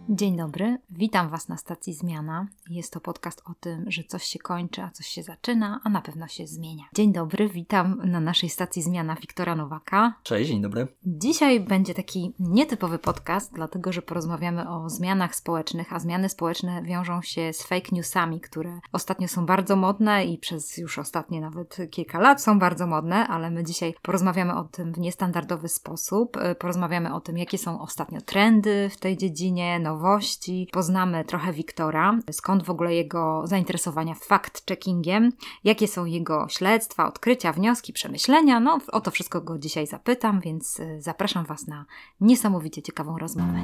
Dzień dobry, witam Was na stacji Zmiana. Jest to podcast o tym, że coś się kończy, a coś się zaczyna, a na pewno się zmienia. Dzień dobry, witam na naszej stacji Zmiana Wiktora Nowaka. Cześć, dzień dobry. Dzisiaj będzie taki nietypowy podcast, dlatego że porozmawiamy o zmianach społecznych, a zmiany społeczne wiążą się z fake newsami, które ostatnio są bardzo modne i przez już ostatnie nawet kilka lat są bardzo modne, ale my dzisiaj porozmawiamy o tym w niestandardowy sposób. Porozmawiamy o tym, jakie są ostatnio trendy w tej dziedzinie, nowości. Poznamy trochę Wiktora, skąd w ogóle jego zainteresowania fact-checkingiem, jakie są jego śledztwa, odkrycia, wnioski, przemyślenia. No, o to wszystko go dzisiaj zapytam, więc zapraszam Was na niesamowicie ciekawą rozmowę.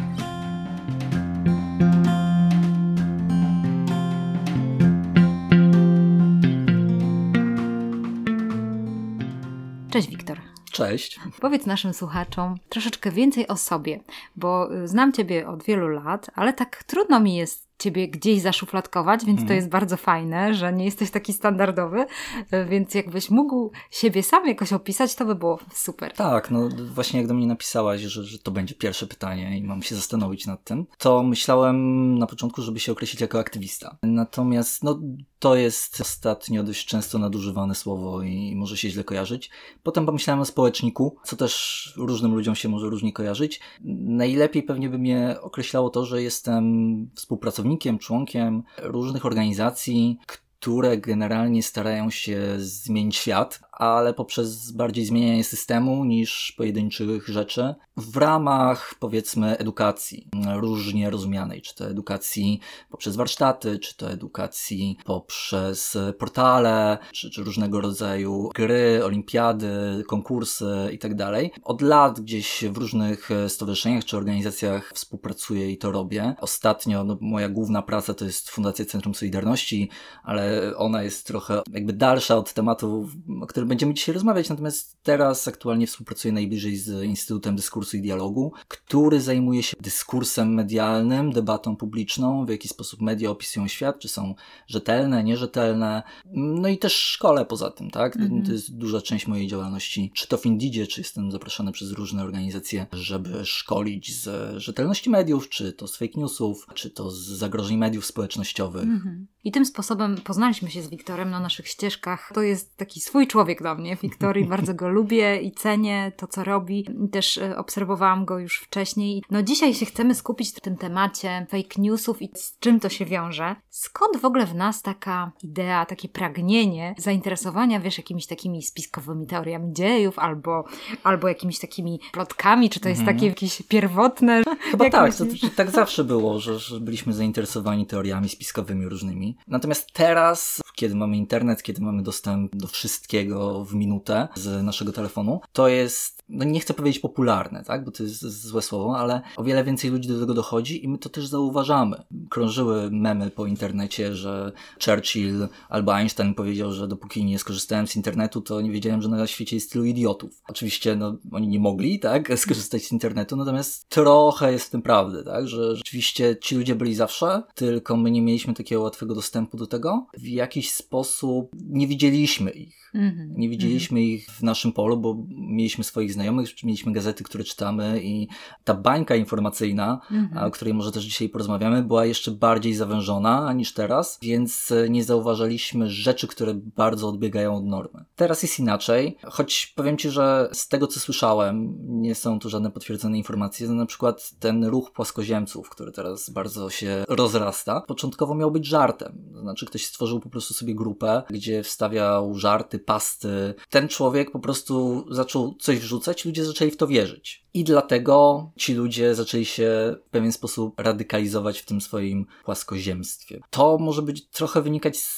Cześć Wiktor. Cześć. Powiedz naszym słuchaczom troszeczkę więcej o sobie, bo znam Ciebie od wielu lat, ale tak trudno mi jest Ciebie gdzieś zaszufladkować, więc to jest bardzo fajne, że nie jesteś taki standardowy, więc jakbyś mógł siebie sam jakoś opisać, to by było super. Tak, no właśnie jak do mnie napisałaś, że to będzie pierwsze pytanie i mam się zastanowić nad tym, to myślałem na początku, żeby się określić jako aktywista. Natomiast to jest ostatnio dość często nadużywane słowo i może się źle kojarzyć. Potem pomyślałem o społeczniku, co też różnym ludziom się może różnie kojarzyć. Najlepiej pewnie by mnie określało to, że jestem współpracownikiem, członkiem różnych organizacji, które generalnie starają się zmienić świat, ale poprzez bardziej zmienianie systemu niż pojedynczych rzeczy w ramach, powiedzmy, edukacji różnie rozumianej, czy to edukacji poprzez warsztaty, czy to edukacji poprzez portale, czy różnego rodzaju gry, olimpiady, konkursy i tak dalej. Od lat gdzieś w różnych stowarzyszeniach czy organizacjach współpracuję i to robię. Ostatnio moja główna praca to jest Fundacja Centrum Solidarności, ale ona jest trochę jakby dalsza od tematu, o którym będziemy dzisiaj rozmawiać, natomiast teraz aktualnie współpracuję najbliżej z Instytutem Dyskursu i Dialogu, który zajmuje się dyskursem medialnym, debatą publiczną, w jaki sposób media opisują świat, czy są rzetelne, nierzetelne, no i też szkole poza tym, tak? To jest duża część mojej działalności, czy to w Indidzie, czy jestem zapraszany przez różne organizacje, żeby szkolić z rzetelności mediów, czy to z fake newsów, czy to z zagrożeń mediów społecznościowych. I tym sposobem poznaliśmy się z Wiktorem na naszych ścieżkach. To jest taki swój człowiek dla mnie, Wiktor, i bardzo go lubię i cenię to, co robi. I też obserwowałam go już wcześniej. No dzisiaj się chcemy skupić na tym temacie fake newsów i z czym to się wiąże. Skąd w ogóle w nas taka idea, takie pragnienie zainteresowania, jakimiś takimi spiskowymi teoriami dziejów albo jakimiś takimi plotkami, czy to jest takie jakieś pierwotne? Chyba tak, tak zawsze było, że byliśmy zainteresowani teoriami spiskowymi różnymi. Natomiast teraz, kiedy mamy internet, kiedy mamy dostęp do wszystkiego w minutę z naszego telefonu, to jest, nie chcę powiedzieć popularne, tak, bo to jest złe słowo, ale o wiele więcej ludzi do tego dochodzi i my to też zauważamy. Krążyły memy po internecie, że Churchill albo Einstein powiedział, że dopóki nie skorzystałem z internetu, to nie wiedziałem, że na świecie jest tylu idiotów. Oczywiście, oni nie mogli, tak, skorzystać z internetu, natomiast trochę jest w tym prawdy, tak, że rzeczywiście ci ludzie byli zawsze, tylko my nie mieliśmy takiego łatwego dostępu do tego. W jakiś sposób nie widzieliśmy ich. Nie widzieliśmy ich w naszym polu, bo mieliśmy swoich znajomych, mieliśmy gazety, które czytamy i ta bańka informacyjna, o której może też dzisiaj porozmawiamy, była jeszcze bardziej zawężona niż teraz, więc nie zauważaliśmy rzeczy, które bardzo odbiegają od normy. Teraz jest inaczej, choć powiem Ci, że z tego, co słyszałem, nie są tu żadne potwierdzone informacje, na przykład ten ruch płaskoziemców, który teraz bardzo się rozrasta, początkowo miał być żartem. To znaczy ktoś stworzył po prostu sobie grupę, gdzie wstawiał żarty, pasty. Ten człowiek po prostu zaczął coś wrzucać, ludzie zaczęli w to wierzyć. I dlatego ci ludzie zaczęli się w pewien sposób radykalizować w tym swoim płaskoziemstwie. To może być trochę wynikać z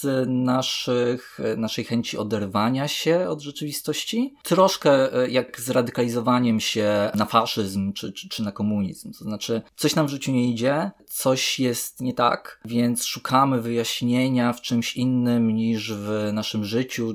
naszej chęci oderwania się od rzeczywistości. Troszkę jak z radykalizowaniem się na faszyzm czy na komunizm. To znaczy coś nam w życiu nie idzie, coś jest nie tak, więc szukamy wyjaśnienia w czymś innym niż w naszym życiu, czy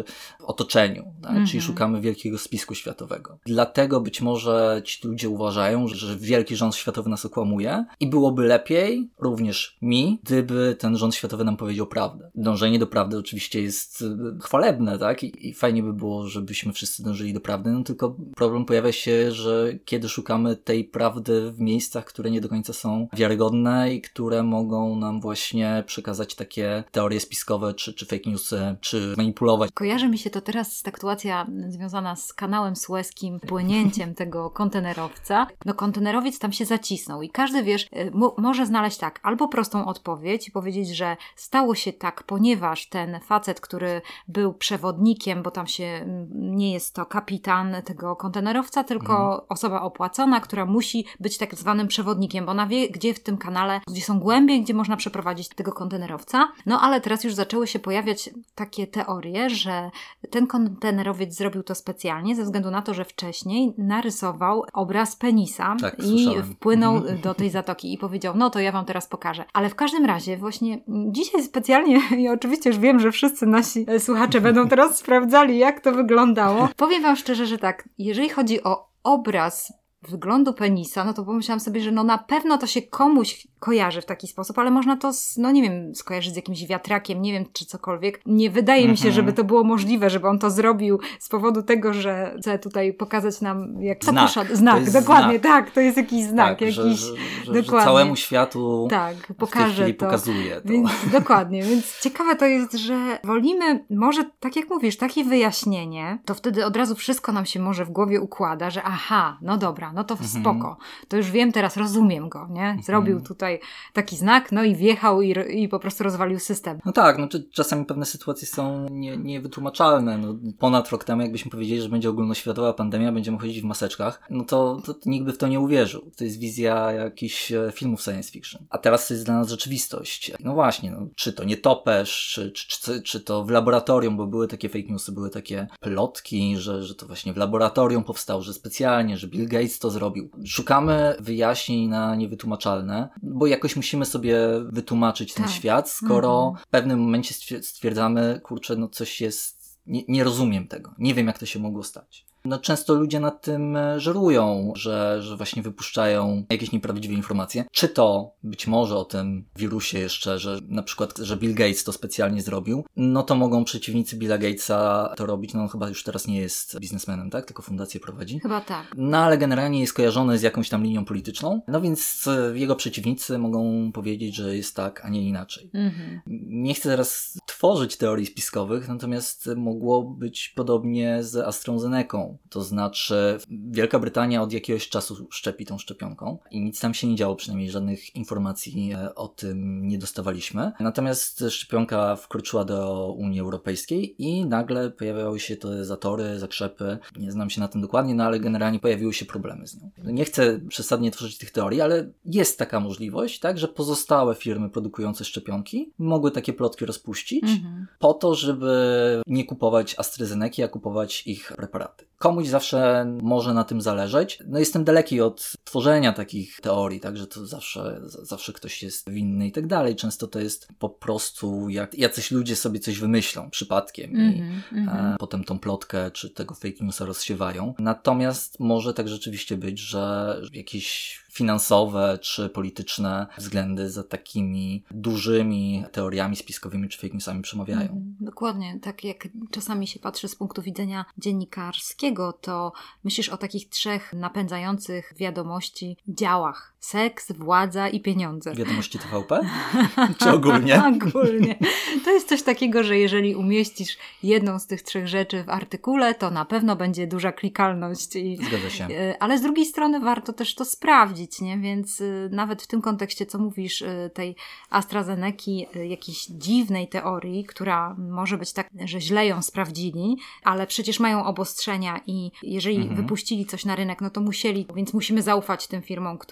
otoczeniu, tak? Czyli szukamy wielkiego spisku światowego. Dlatego być może ci ludzie uważają, że wielki rząd światowy nas okłamuje i byłoby lepiej, również mi, gdyby ten rząd światowy nam powiedział prawdę. Dążenie do prawdy oczywiście jest chwalebne, tak? I fajnie by było, żebyśmy wszyscy dążyli do prawdy, no tylko problem pojawia się, że kiedy szukamy tej prawdy w miejscach, które nie do końca są wiarygodne i które mogą nam właśnie przekazać takie teorie spiskowe, czy fake newsy, czy manipulować. Kojarzy mi się to teraz sytuacja związana z kanałem sueskim, płynięciem tego kontenerowca. No kontenerowiec tam się zacisnął i każdy, wiesz, może znaleźć tak, albo prostą odpowiedź i powiedzieć, że stało się tak, ponieważ ten facet, który był przewodnikiem, bo tam się nie jest to kapitan tego kontenerowca, tylko osoba opłacona, która musi być tak zwanym przewodnikiem, bo ona wie, gdzie w tym kanale, gdzie są głębie, gdzie można przeprowadzić tego kontenerowca. No ale teraz już zaczęły się pojawiać takie teorie, że ten kontenerowiec zrobił to specjalnie ze względu na to, że wcześniej narysował obraz penisa i wpłynął do tej zatoki i powiedział, no to ja wam teraz pokażę. Ale w każdym razie właśnie dzisiaj specjalnie, i oczywiście już wiem, że wszyscy nasi słuchacze będą teraz sprawdzali, jak to wyglądało. Powiem wam szczerze, że tak, jeżeli chodzi o obraz wyglądu penisa, no to pomyślałam sobie, że no na pewno to się komuś kojarzy w taki sposób, ale można to, no nie wiem, skojarzyć z jakimś wiatrakiem, nie wiem, czy cokolwiek. Nie wydaje mi się, żeby to było możliwe, żeby on to zrobił z powodu tego, że chce tutaj pokazać nam jak znak, dokładnie, tak, to jest jakiś znak. Tak, jakiś, że całemu światu pokaże to. Pokazuje to. Więc, dokładnie, więc ciekawe to jest, że wolimy, może tak jak mówisz, takie wyjaśnienie, to wtedy od razu wszystko nam się może w głowie układa, że aha, no dobra, no to spoko, to już wiem, teraz rozumiem go, nie? Zrobił tutaj taki znak, no i wjechał i po prostu rozwalił system. No tak, no czasami pewne sytuacje są niewytłumaczalne. No, ponad rok temu, jakbyśmy powiedzieli, że będzie ogólnoświatowa pandemia, będziemy chodzić w maseczkach, no to nikt by w to nie uwierzył. To jest wizja jakichś filmów science fiction. A teraz to jest dla nas rzeczywistość. No właśnie, no, czy to nietoperz, czy to w laboratorium, bo były takie fake newsy, były takie plotki, że to właśnie w laboratorium powstało, że specjalnie, że Bill Gates to zrobił. Szukamy wyjaśnień na niewytłumaczalne, bo jakoś musimy sobie wytłumaczyć ten świat, skoro w pewnym momencie stwierdzamy, kurczę, no coś jest, nie rozumiem tego, nie wiem jak to się mogło stać. No często ludzie nad tym żerują, że właśnie wypuszczają jakieś nieprawdziwe informacje. Czy to być może o tym wirusie jeszcze, że na przykład, że Bill Gates to specjalnie zrobił, no to mogą przeciwnicy Billa Gatesa to robić. No on chyba już teraz nie jest biznesmenem, tak? Tylko fundację prowadzi. Chyba tak. No ale generalnie jest kojarzony z jakąś tam linią polityczną. No więc jego przeciwnicy mogą powiedzieć, że jest tak, a nie inaczej. Nie chcę teraz tworzyć teorii spiskowych, natomiast mogło być podobnie z AstraZenecą. To znaczy Wielka Brytania od jakiegoś czasu szczepi tą szczepionką i nic tam się nie działo, przynajmniej żadnych informacji o tym nie dostawaliśmy. Natomiast szczepionka wkroczyła do Unii Europejskiej i nagle pojawiały się te zatory, zakrzepy. Nie znam się na tym dokładnie, no ale generalnie pojawiły się problemy z nią. Nie chcę przesadnie tworzyć tych teorii, ale jest taka możliwość, tak, że pozostałe firmy produkujące szczepionki mogły takie plotki rozpuścić po to, żeby nie kupować AstraZeneki, a kupować ich preparaty. Komuś zawsze może na tym zależeć. No jestem daleki od tworzenia takich teorii, także to zawsze ktoś jest winny i tak dalej. Często to jest po prostu jak jacyś ludzie sobie coś wymyślą przypadkiem i potem tą plotkę czy tego fake newsa rozsiewają. Natomiast może tak rzeczywiście być, że jakieś finansowe czy polityczne względy za takimi dużymi teoriami spiskowymi czy fake newsami przemawiają. Dokładnie. Tak jak czasami się patrzy z punktu widzenia dziennikarskiego, to myślisz o takich 3 napędzających wiadomości działach. Seks, władza i pieniądze. Wiadomości TVP? Czy ogólnie? Ogólnie. To jest coś takiego, że jeżeli umieścisz jedną z tych 3 rzeczy w artykule, to na pewno będzie duża klikalność. Zgadza się. Ale z drugiej strony warto też to sprawdzić, nie? Więc nawet w tym kontekście, co mówisz, tej AstraZeneki, jakiejś dziwnej teorii, która może być tak, że źle ją sprawdzili, ale przecież mają obostrzenia i jeżeli wypuścili coś na rynek, no to musieli, więc musimy zaufać tym firmom, które gdzieś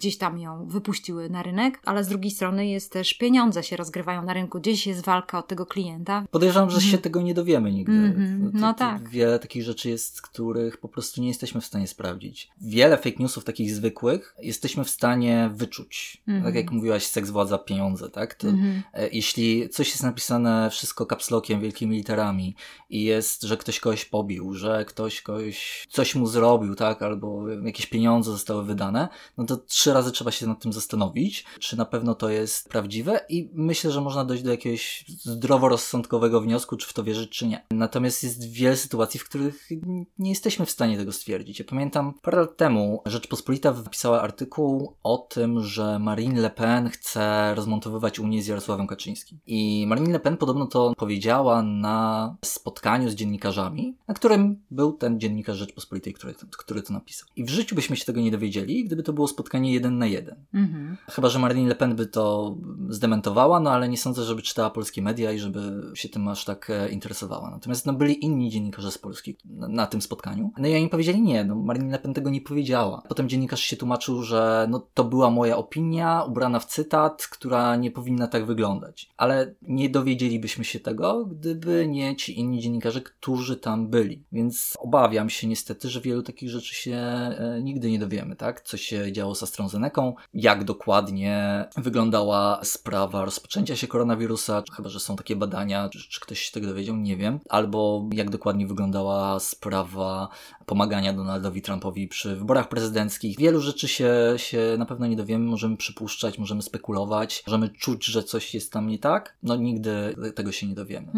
gdzieś tam ją wypuściły na rynek, ale z drugiej strony jest też pieniądze się rozgrywają na rynku. Gdzieś jest walka o tego klienta. Podejrzewam, że się tego nie dowiemy nigdy. No tak. Wiele takich rzeczy jest, których po prostu nie jesteśmy w stanie sprawdzić. Wiele fake newsów takich zwykłych jesteśmy w stanie wyczuć. Tak jak mówiłaś, seks, władza, pieniądze, tak? To jeśli coś jest napisane wszystko caps lockiem, wielkimi literami i jest, że ktoś kogoś pobił, że ktoś kogoś coś mu zrobił, tak? Albo jakieś pieniądze zostały wydane, no to 3 razy trzeba się nad tym zastanowić, czy na pewno to jest prawdziwe i myślę, że można dojść do jakiegoś zdroworozsądkowego wniosku, czy w to wierzyć, czy nie. Natomiast jest wiele sytuacji, w których nie jesteśmy w stanie tego stwierdzić. Ja pamiętam parę lat temu Rzeczpospolita napisała artykuł o tym, że Marine Le Pen chce rozmontowywać Unię z Jarosławem Kaczyńskim. I Marine Le Pen podobno to powiedziała na spotkaniu z dziennikarzami, na którym był ten dziennikarz Rzeczpospolitej, który to napisał. I w życiu byśmy się tego nie dowiedzieli, gdyby to było spotkanie 1 na 1. Chyba że Marine Le Pen by to zdementowała, no ale nie sądzę, żeby czytała polskie media i żeby się tym aż tak interesowała. Natomiast byli inni dziennikarze z Polski na tym spotkaniu. No i oni powiedzieli nie, Marine Le Pen tego nie powiedziała. Potem dziennikarz się tłumaczył, że to była moja opinia, ubrana w cytat, która nie powinna tak wyglądać. Ale nie dowiedzielibyśmy się tego, gdyby nie ci inni dziennikarze, którzy tam byli. Więc obawiam się niestety, że wielu takich rzeczy się nigdy nie dowiemy, tak? Co się działo z AstraZenecą, jak dokładnie wyglądała sprawa rozpoczęcia się koronawirusa, chyba że są takie badania, czy ktoś się tego dowiedział, nie wiem. Albo jak dokładnie wyglądała sprawa pomagania Donaldowi Trumpowi przy wyborach prezydenckich. Wielu rzeczy się na pewno nie dowiemy, możemy przypuszczać, możemy spekulować, możemy czuć, że coś jest tam nie tak, nigdy tego się nie dowiemy.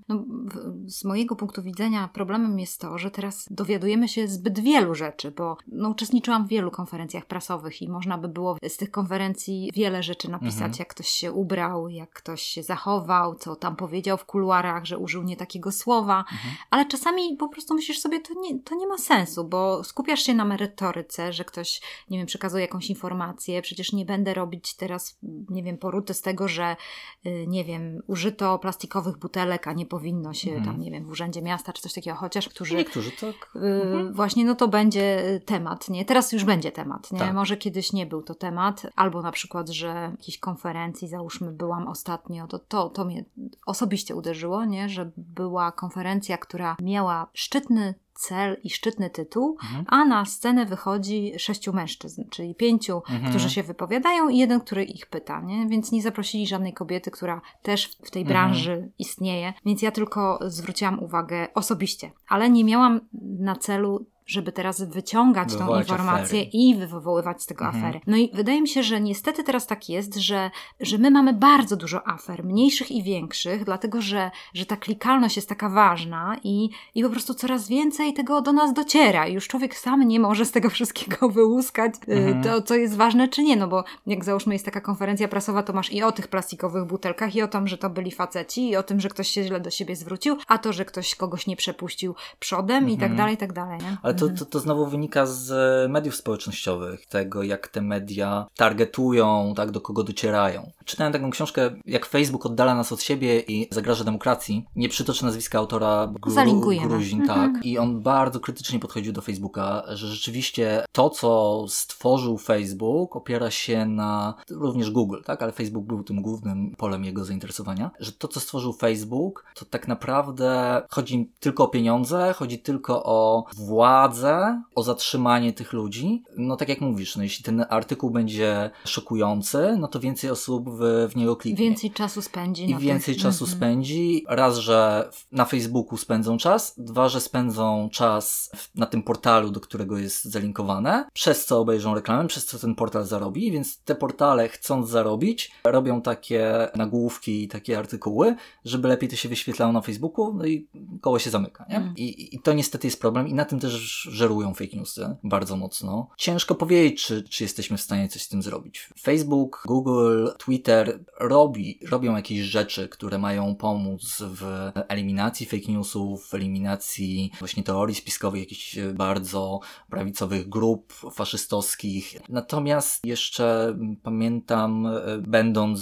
Z mojego punktu widzenia problemem jest to, że teraz dowiadujemy się zbyt wielu rzeczy, bo uczestniczyłam w wielu konferencjach prasowych i można by było z tych konferencji wiele rzeczy napisać, jak ktoś się ubrał, jak ktoś się zachował, co tam powiedział w kuluarach, że użył nie takiego słowa, ale czasami po prostu myślisz sobie, to nie ma sensu, bo skupiasz się na merytoryce, że ktoś, nie wiem, przekazuje jakąś informację, przecież nie będę robić teraz, nie wiem, poruty z tego, że nie wiem, użyto plastikowych butelek, a nie powinno się tam, nie wiem, w Urzędzie Miasta czy coś takiego, chociaż niektórzy tak. Właśnie, to będzie temat, nie? Teraz już będzie temat, nie? Tak. Może kiedyś nie był to temat, albo na przykład, że w jakiejś konferencji, załóżmy, byłam ostatnio, to mnie osobiście uderzyło, nie? Że była konferencja, która miała szczytny cel i szczytny tytuł, a na scenę wychodzi 6 mężczyzn, czyli 5, którzy się wypowiadają i 1, który ich pyta, nie? Więc nie zaprosili żadnej kobiety, która też w tej branży istnieje, więc ja tylko zwróciłam uwagę osobiście, ale nie miałam na celu żeby teraz wyciągać tą informację i wywoływać z tego afery. No i wydaje mi się, że niestety teraz tak jest, że my mamy bardzo dużo afer, mniejszych i większych, dlatego, że ta klikalność jest taka ważna i po prostu coraz więcej tego do nas dociera i już człowiek sam nie może z tego wszystkiego wyłuskać to, co jest ważne, czy nie, bo jak załóżmy jest taka konferencja prasowa, to masz i o tych plastikowych butelkach, i o tym, że to byli faceci, i o tym, że ktoś się źle do siebie zwrócił, a to, że ktoś kogoś nie przepuścił przodem i tak dalej, nie? Ale to znowu wynika z mediów społecznościowych, tego jak te media targetują, tak, do kogo docierają. Czytałem taką książkę, jak Facebook oddala nas od siebie i zagraża demokracji. Nie przytoczę nazwiska autora, Gruzin, tak. I on bardzo krytycznie podchodził do Facebooka, że rzeczywiście to, co stworzył Facebook, opiera się na również Google, tak, ale Facebook był tym głównym polem jego zainteresowania, że to, co stworzył Facebook, to tak naprawdę chodzi tylko o pieniądze, chodzi tylko o władzę, o zatrzymanie tych ludzi. Tak jak mówisz, jeśli ten artykuł będzie szokujący, to więcej osób w niego kliknie. Więcej czasu spędzi. I więcej czasu spędzi. Raz, że na Facebooku spędzą czas, 2, że spędzą czas na tym portalu, do którego jest zalinkowane, przez co obejrzą reklamę, przez co ten portal zarobi, więc te portale, chcąc zarobić, robią takie nagłówki i takie artykuły, żeby lepiej to się wyświetlało na Facebooku, i koło się zamyka, nie? I to niestety jest problem i na tym też żerują fake newsy bardzo mocno. Ciężko powiedzieć, czy jesteśmy w stanie coś z tym zrobić. Facebook, Google, Twitter robią jakieś rzeczy, które mają pomóc w eliminacji fake newsów, w eliminacji właśnie teorii spiskowych, jakichś bardzo prawicowych grup faszystowskich. Natomiast jeszcze pamiętam, będąc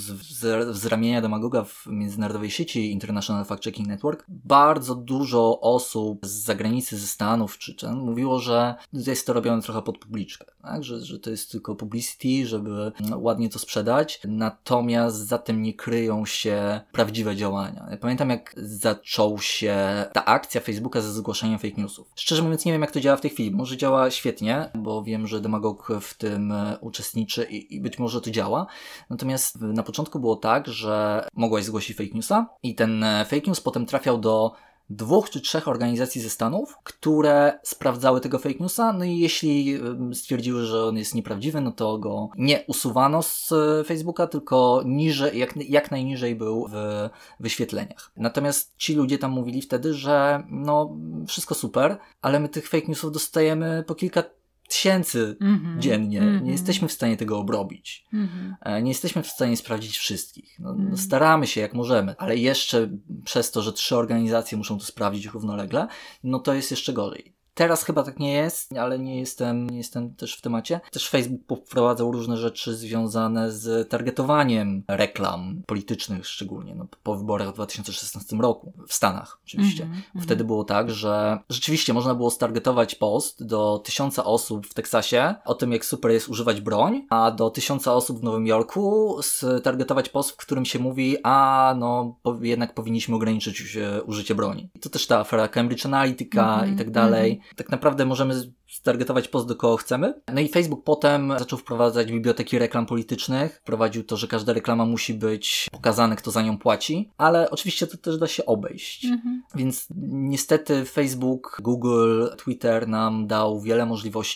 z ramienia demagoga w międzynarodowej sieci International Fact Checking Network, bardzo dużo osób z zagranicy, ze Stanów, czy mówiło, że jest to robione trochę pod publiczkę, tak? Że to jest tylko publicity, żeby ładnie to sprzedać, natomiast za tym nie kryją się prawdziwe działania. Ja pamiętam, jak zaczął się ta akcja Facebooka ze zgłaszaniem fake newsów. Szczerze mówiąc, nie wiem, jak to działa w tej chwili. Może działa świetnie, bo wiem, że Demagog w tym uczestniczy i być może to działa. Natomiast na początku było tak, że mogłaś zgłosić fake newsa i ten fake news potem trafiał do 2 czy 3 organizacji ze Stanów, które sprawdzały tego fake newsa, no i jeśli stwierdziły, że on jest nieprawdziwy, no to go nie usuwano z Facebooka, tylko niżej, jak najniżej był w wyświetleniach. Natomiast ci ludzie tam mówili wtedy, że no wszystko super, ale my tych fake newsów dostajemy po kilka tysięcy dziennie. Nie jesteśmy w stanie tego obrobić. Nie jesteśmy w stanie sprawdzić wszystkich. No, staramy się jak możemy, ale jeszcze przez to, że 3 organizacje muszą to sprawdzić równolegle, no to jest jeszcze gorzej. Teraz chyba tak nie jest, ale nie jestem też w temacie. Też Facebook wprowadzał różne rzeczy związane z targetowaniem reklam politycznych szczególnie, no, po wyborach w 2016 roku. W Stanach oczywiście. Wtedy było tak, że rzeczywiście można było stargetować post do 1000 osób w Teksasie o tym, jak super jest używać broń, a do 1000 osób w Nowym Jorku stargetować post, w którym się mówi, jednak powinniśmy ograniczyć użycie broni. I to też ta afera Cambridge Analytica i tak dalej. Tak naprawdę możemy stargetować post, do kogo chcemy. No i Facebook potem zaczął wprowadzać biblioteki reklam politycznych. Wprowadził to, że każda reklama musi być pokazane, kto za nią płaci, ale oczywiście to też da się obejść. Więc niestety Facebook, Google, Twitter nam dał wiele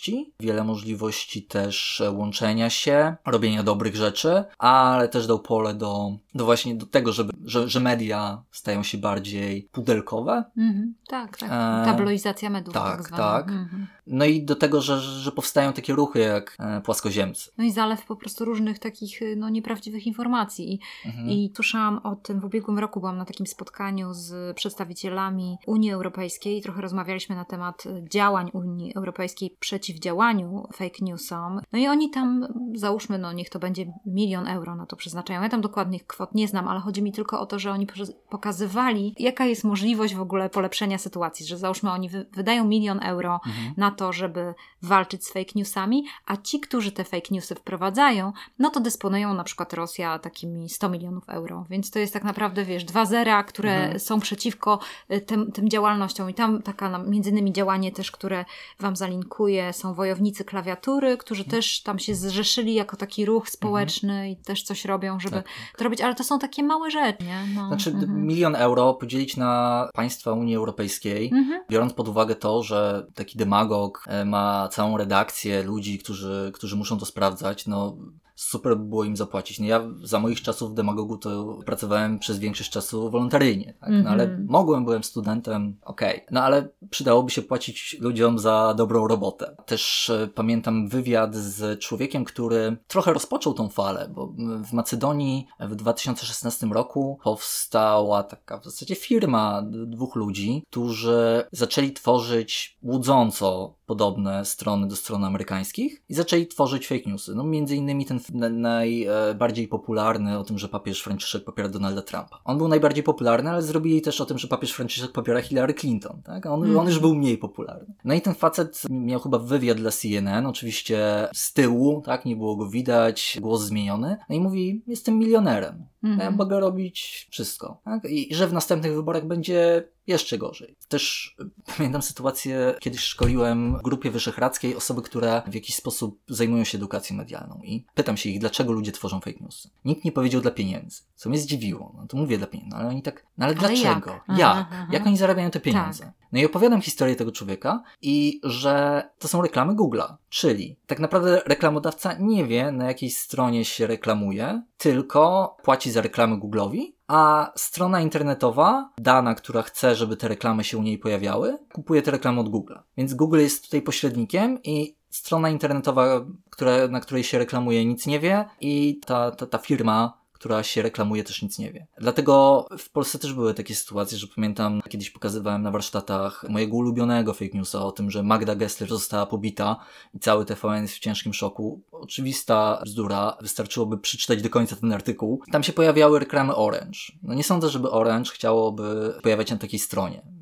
możliwości też łączenia się, robienia dobrych rzeczy, ale też dał pole do właśnie do tego, że media stają się bardziej pudelkowe. Tak. Tabloizacja mediów. Tak. No i do tego, że powstają takie ruchy jak płaskoziemcy. No i zalew po prostu różnych takich nieprawdziwych informacji. I słyszałam o tym w ubiegłym roku, byłam na takim spotkaniu z przedstawicielami Unii Europejskiej, trochę rozmawialiśmy na temat działań Unii Europejskiej przeciwdziałaniu fake newsom. No i oni tam, załóżmy, niech to będzie 1 000 000 euro na to przeznaczają. Ja tam dokładnych kwot nie znam, ale chodzi mi tylko o to, że oni pokazywali, jaka jest możliwość w ogóle polepszenia sytuacji, że załóżmy oni wydają 1 000 000 euro na to, żeby walczyć z fake newsami, a ci, którzy te fake newsy wprowadzają, no to dysponują na przykład Rosja takimi 100 milionów euro. Więc to jest tak naprawdę, 2 zera, które są przeciwko tym działalnościom. I tam taka między innymi działanie też, które wam zalinkuję, są wojownicy klawiatury, którzy też tam się zrzeszyli jako taki ruch społeczny i też coś robią, żeby to robić, ale to są takie małe rzeczy, nie? Znaczy 1 000 000 euro podzielić na państwa Unii Europejskiej, biorąc pod uwagę to, że taki demagog ma całą redakcję ludzi, którzy muszą to sprawdzać, no super by było im zapłacić. No ja za moich czasów w Demagogu to pracowałem przez większość czasu wolontaryjnie, tak? No ale byłem studentem, okej. No ale przydałoby się płacić ludziom za dobrą robotę. Też pamiętam wywiad z człowiekiem, który trochę rozpoczął tą falę, bo w Macedonii w 2016 roku powstała taka w zasadzie firma 2 ludzi, którzy zaczęli tworzyć łudząco podobne strony do stron amerykańskich i zaczęli tworzyć fake newsy. No między innymi ten najbardziej popularny o tym, że papież Franciszek popiera Donalda Trumpa. On był najbardziej popularny, ale zrobili też o tym, że papież Franciszek popiera Hillary Clinton. Tak? On już był mniej popularny. No i ten facet miał chyba wywiad dla CNN, oczywiście z tyłu, tak, nie było go widać, głos zmieniony. No i mówi, jestem milionerem. Ja mogę robić wszystko. Tak? I że w następnych wyborach będzie jeszcze gorzej. Też pamiętam sytuację, kiedyś szkoliłem w grupie wyszehradzkiej osoby, które w jakiś sposób zajmują się edukacją medialną i pytam się ich, dlaczego ludzie tworzą fake newsy. Nikt nie powiedział dla pieniędzy, co mnie zdziwiło. No to mówię dla pieniędzy, ale oni tak, ale dlaczego? Jak oni zarabiają te pieniądze? Tak. No i opowiadam historię tego człowieka i że to są reklamy Google'a, czyli tak naprawdę reklamodawca nie wie, na jakiej stronie się reklamuje, tylko płaci za reklamy Google'owi, a strona internetowa, dana, która chce, żeby te reklamy się u niej pojawiały, kupuje te reklamy od Google'a. Więc Google jest tutaj pośrednikiem i strona internetowa, na której się reklamuje, nic nie wie i ta firma, która się reklamuje, też nic nie wie. Dlatego w Polsce też były takie sytuacje, że pamiętam, kiedyś pokazywałem na warsztatach mojego ulubionego fake newsa o tym, że Magda Gessler została pobita i cały TVN jest w ciężkim szoku. Oczywista bzdura, wystarczyłoby przeczytać do końca ten artykuł. Tam się pojawiały reklamy Orange. No nie sądzę, żeby Orange chciałoby pojawiać się na takiej stronie.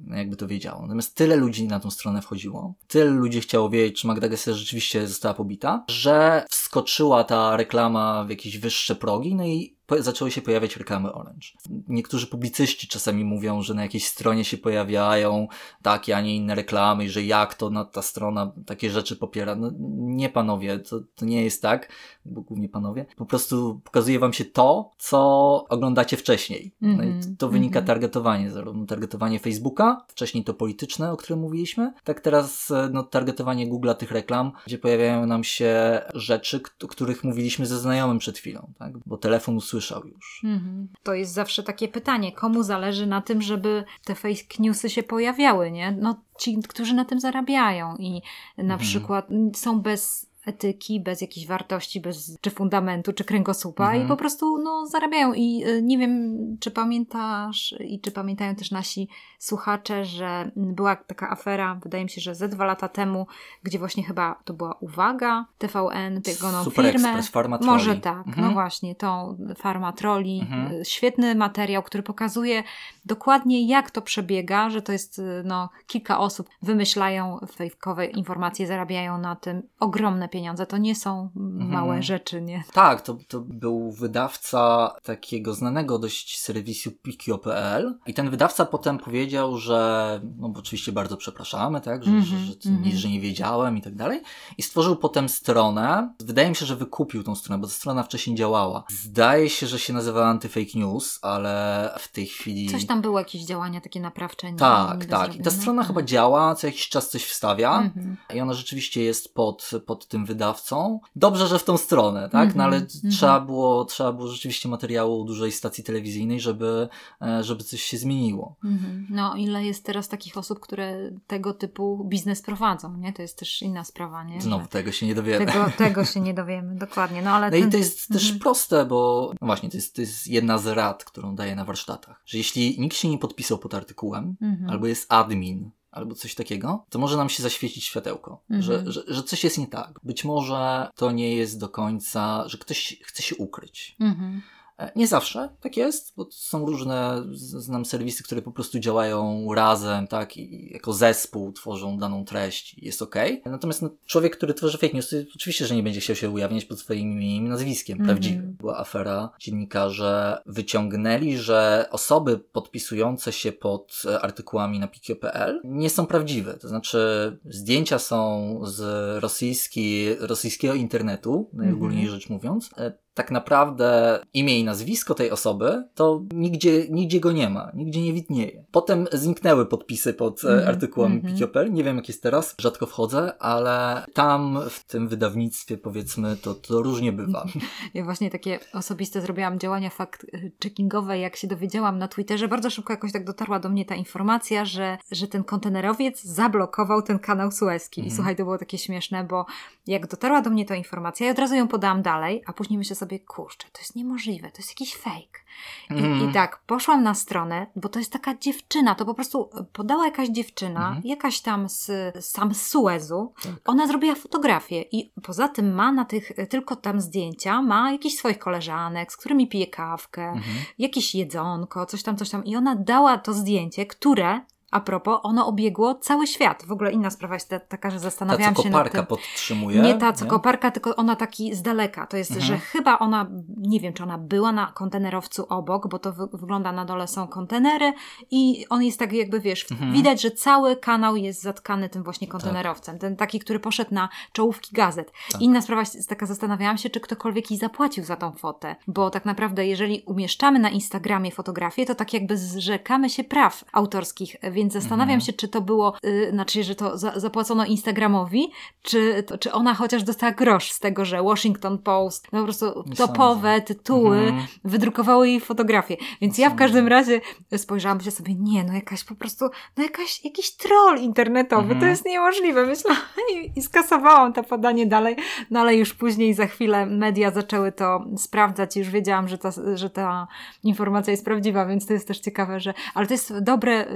jakby to wiedziało. Natomiast tyle ludzi na tą stronę wchodziło, tyle ludzi chciało wiedzieć, czy Magda Gessler rzeczywiście została pobita, że wskoczyła ta reklama w jakieś wyższe progi, no i zaczęły się pojawiać reklamy Orange. Niektórzy publicyści czasami mówią, że na jakiejś stronie się pojawiają takie, a nie inne reklamy i że jak to ta strona takie rzeczy popiera. No nie panowie, to nie jest tak, bo głównie panowie. Po prostu pokazuje wam się to, co oglądacie wcześniej. No i to wynika targetowanie, zarówno targetowanie Facebooka, wcześniej to polityczne, o którym mówiliśmy, tak teraz targetowanie Google'a tych reklam, gdzie pojawiają nam się rzeczy, o których mówiliśmy ze znajomym przed chwilą, tak? Bo telefon usłyszał już. To jest zawsze takie pytanie, komu zależy na tym, żeby te fake newsy się pojawiały, nie? No ci, którzy na tym zarabiają i na przykład są bez etyki, bez jakiejś wartości, bez czy fundamentu, czy kręgosłupa i po prostu zarabiają. I nie wiem, czy pamiętasz i czy pamiętają też nasi słuchacze, że była taka afera, wydaje mi się, że ze 2 lata temu, gdzie właśnie chyba to była Uwaga, TVN, tego Super firmę. Express, Farma Trolli. Może tak, no właśnie, tą Farma Trolli. Świetny materiał, który pokazuje dokładnie, jak to przebiega, że to jest kilka osób wymyślają fejkowe informacje, zarabiają na tym ogromne pieniądze. To nie są małe rzeczy, nie? Tak, to był wydawca takiego znanego dość serwisu Pikio.pl i ten wydawca potem powiedział, że bo oczywiście bardzo przepraszamy, tak, że nie wiedziałem i tak dalej. I stworzył potem stronę. Wydaje mi się, że wykupił tą stronę, bo ta strona wcześniej działała. Zdaje się, że się nazywa Anti-Fake News, ale w tej chwili... Coś tam było, jakieś działania takie naprawcze. Tak. I ta strona chyba działa, co jakiś czas coś wstawia i ona rzeczywiście jest pod tym wydawcą. Dobrze, że w tą stronę, tak? No ale trzeba było rzeczywiście materiału dużej stacji telewizyjnej, żeby coś się zmieniło. No ile jest teraz takich osób, które tego typu biznes prowadzą, nie? To jest też inna sprawa, nie? Znowu tego się nie dowiemy. Tego się nie dowiemy, dokładnie. No, ale i to jest też proste, bo właśnie to jest jedna z rad, którą daję na warsztatach, że jeśli nikt się nie podpisał pod artykułem, albo jest admin, albo coś takiego, to może nam się zaświecić światełko, że coś jest nie tak. Być może to nie jest do końca, że ktoś chce się ukryć. Nie zawsze tak jest, bo są różne, znam serwisy, które po prostu działają razem, tak, i jako zespół tworzą daną treść i jest okej. Natomiast człowiek, który tworzy fake newsy, oczywiście, że nie będzie chciał się ujawniać pod swoim imieniem i nazwiskiem prawdziwym. Była afera, dziennikarze wyciągnęli, że osoby podpisujące się pod artykułami na Pikio.pl nie są prawdziwe. To znaczy zdjęcia są z rosyjskiego internetu, najogólniej rzecz mówiąc. Tak naprawdę imię i nazwisko tej osoby to nigdzie go nie ma, nigdzie nie widnieje. Potem zniknęły podpisy pod artykułami Pikio.pl, nie wiem jak jest teraz, rzadko wchodzę, ale tam w tym wydawnictwie powiedzmy to różnie bywa. Ja właśnie takie osobiste zrobiłam działania fact-checkingowe, jak się dowiedziałam na Twitterze, bardzo szybko jakoś tak dotarła do mnie ta informacja, że ten kontenerowiec zablokował ten kanał Suezki. I słuchaj, to było takie śmieszne, bo jak dotarła do mnie ta informacja, ja od razu ją podałam dalej, a później myślę sobie, kurczę, to jest niemożliwe, to jest jakiś fake. I tak, poszłam na stronę, bo to jest taka dziewczyna, to po prostu podała jakaś dziewczyna, jakaś tam z Suezu, ona zrobiła fotografię i poza tym ma na tych tylko tam zdjęcia, ma jakichś swoich koleżanek, z którymi pije kawkę, jakieś jedzonko, coś tam i ona dała to zdjęcie, które... A propos, ono obiegło cały świat. W ogóle inna sprawa jest taka, że zastanawiałam się nad tym. Ta, co koparka podtrzymuje. Nie ta, co koparka, tylko ona taki z daleka. To jest, że chyba ona, nie wiem, czy ona była na kontenerowcu obok, bo to wygląda, na dole są kontenery i on jest tak jakby, wiesz, widać, że cały kanał jest zatkany tym właśnie kontenerowcem. Ten taki, który poszedł na czołówki gazet. Inna sprawa jest taka, zastanawiałam się, czy ktokolwiek jej zapłacił za tą fotę. Bo tak naprawdę, jeżeli umieszczamy na Instagramie fotografię, to tak jakby zrzekamy się praw autorskich, więc zastanawiam się, czy to było, że to zapłacono Instagramowi, czy ona chociaż dostała grosz z tego, że Washington Post, po prostu topowe tytuły wydrukowały jej fotografię. Więc ja w każdym razie spojrzałam się sobie, jakaś po prostu, jakiś troll internetowy, to jest niemożliwe, myślałam i skasowałam to podanie dalej, ale już później za chwilę media zaczęły to sprawdzać i już wiedziałam, że ta informacja jest prawdziwa, więc to jest też ciekawe, ale to jest dobre, jakby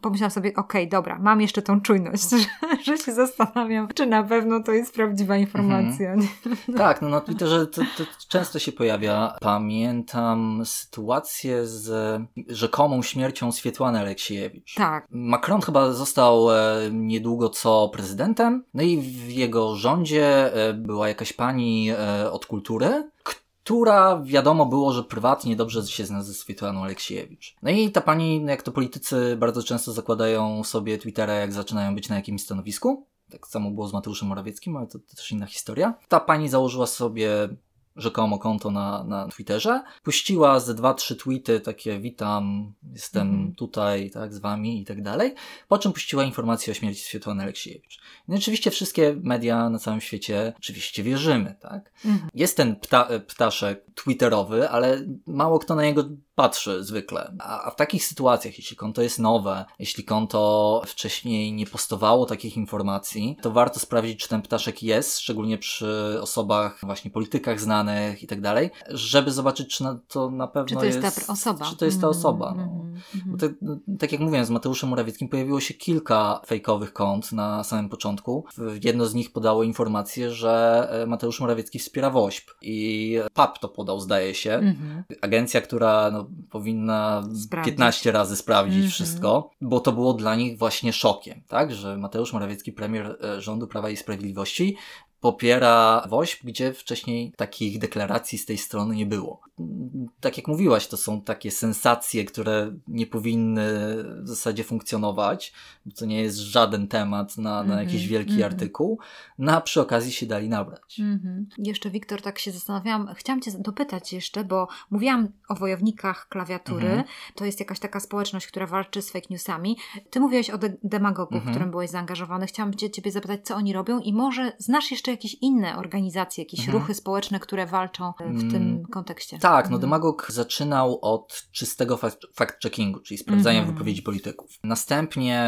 pomyślałam sobie, okej, dobra, mam jeszcze tą czujność, że się zastanawiam, czy na pewno to jest prawdziwa informacja. Tak, no na Twitterze to często się pojawia. Pamiętam sytuację z rzekomą śmiercią Swietłany Aleksiejewicz. Tak. Macron chyba został niedługo co prezydentem, no i w jego rządzie była jakaś pani od kultury, która wiadomo było, że prywatnie dobrze się zna ze Swietłaną Aleksiejewicz. No i ta pani, jak to politycy bardzo często zakładają sobie Twittera, jak zaczynają być na jakimś stanowisku. Tak samo było z Mateuszem Morawieckim, ale to też inna historia. Ta pani założyła sobie rzekomo konto na Twitterze. Puściła ze 2-3 tweety takie witam, jestem tutaj, tak, z wami i tak dalej. Po czym puściła informację o śmierci Swietłany Aleksiejewicz. No oczywiście wszystkie media na całym świecie oczywiście wierzymy, tak. Jest ten ptaszek twitterowy, ale mało kto na niego patrzy zwykle. A w takich sytuacjach, jeśli konto jest nowe, jeśli konto wcześniej nie postowało takich informacji, to warto sprawdzić, czy ten ptaszek jest, szczególnie przy osobach, właśnie politykach znanych i tak dalej, żeby zobaczyć, czy to na pewno czy to jest ta osoba. Czy to jest ta osoba. Bo tak jak mówiłem, z Mateuszem Morawieckim pojawiło się kilka fejkowych kont na samym początku. Jedno z nich podało informację, że Mateusz Morawiecki wspiera WOŚP i PAP to podał, zdaje się. Agencja, która powinna 15 razy sprawdzić wszystko, bo to było dla nich właśnie szokiem, tak, że Mateusz Morawiecki, premier rządu Prawa i Sprawiedliwości, popiera WOŚP, gdzie wcześniej takich deklaracji z tej strony nie było. Tak jak mówiłaś, to są takie sensacje, które nie powinny w zasadzie funkcjonować, bo to nie jest żaden temat na jakiś wielki artykuł, no a przy okazji się dali nabrać. Jeszcze, Wiktor, tak się zastanawiałam, chciałam cię dopytać jeszcze, bo mówiłam o wojownikach klawiatury, to jest jakaś taka społeczność, która walczy z fake newsami. Ty mówiłeś o demagogu, w którym byłeś zaangażowany. Chciałam ciebie zapytać, co oni robią i może znasz jeszcze jakieś inne organizacje, jakieś ruchy społeczne, które walczą w tym kontekście? Tak, Demagog zaczynał od czystego fact-checkingu, czyli sprawdzania wypowiedzi polityków. Następnie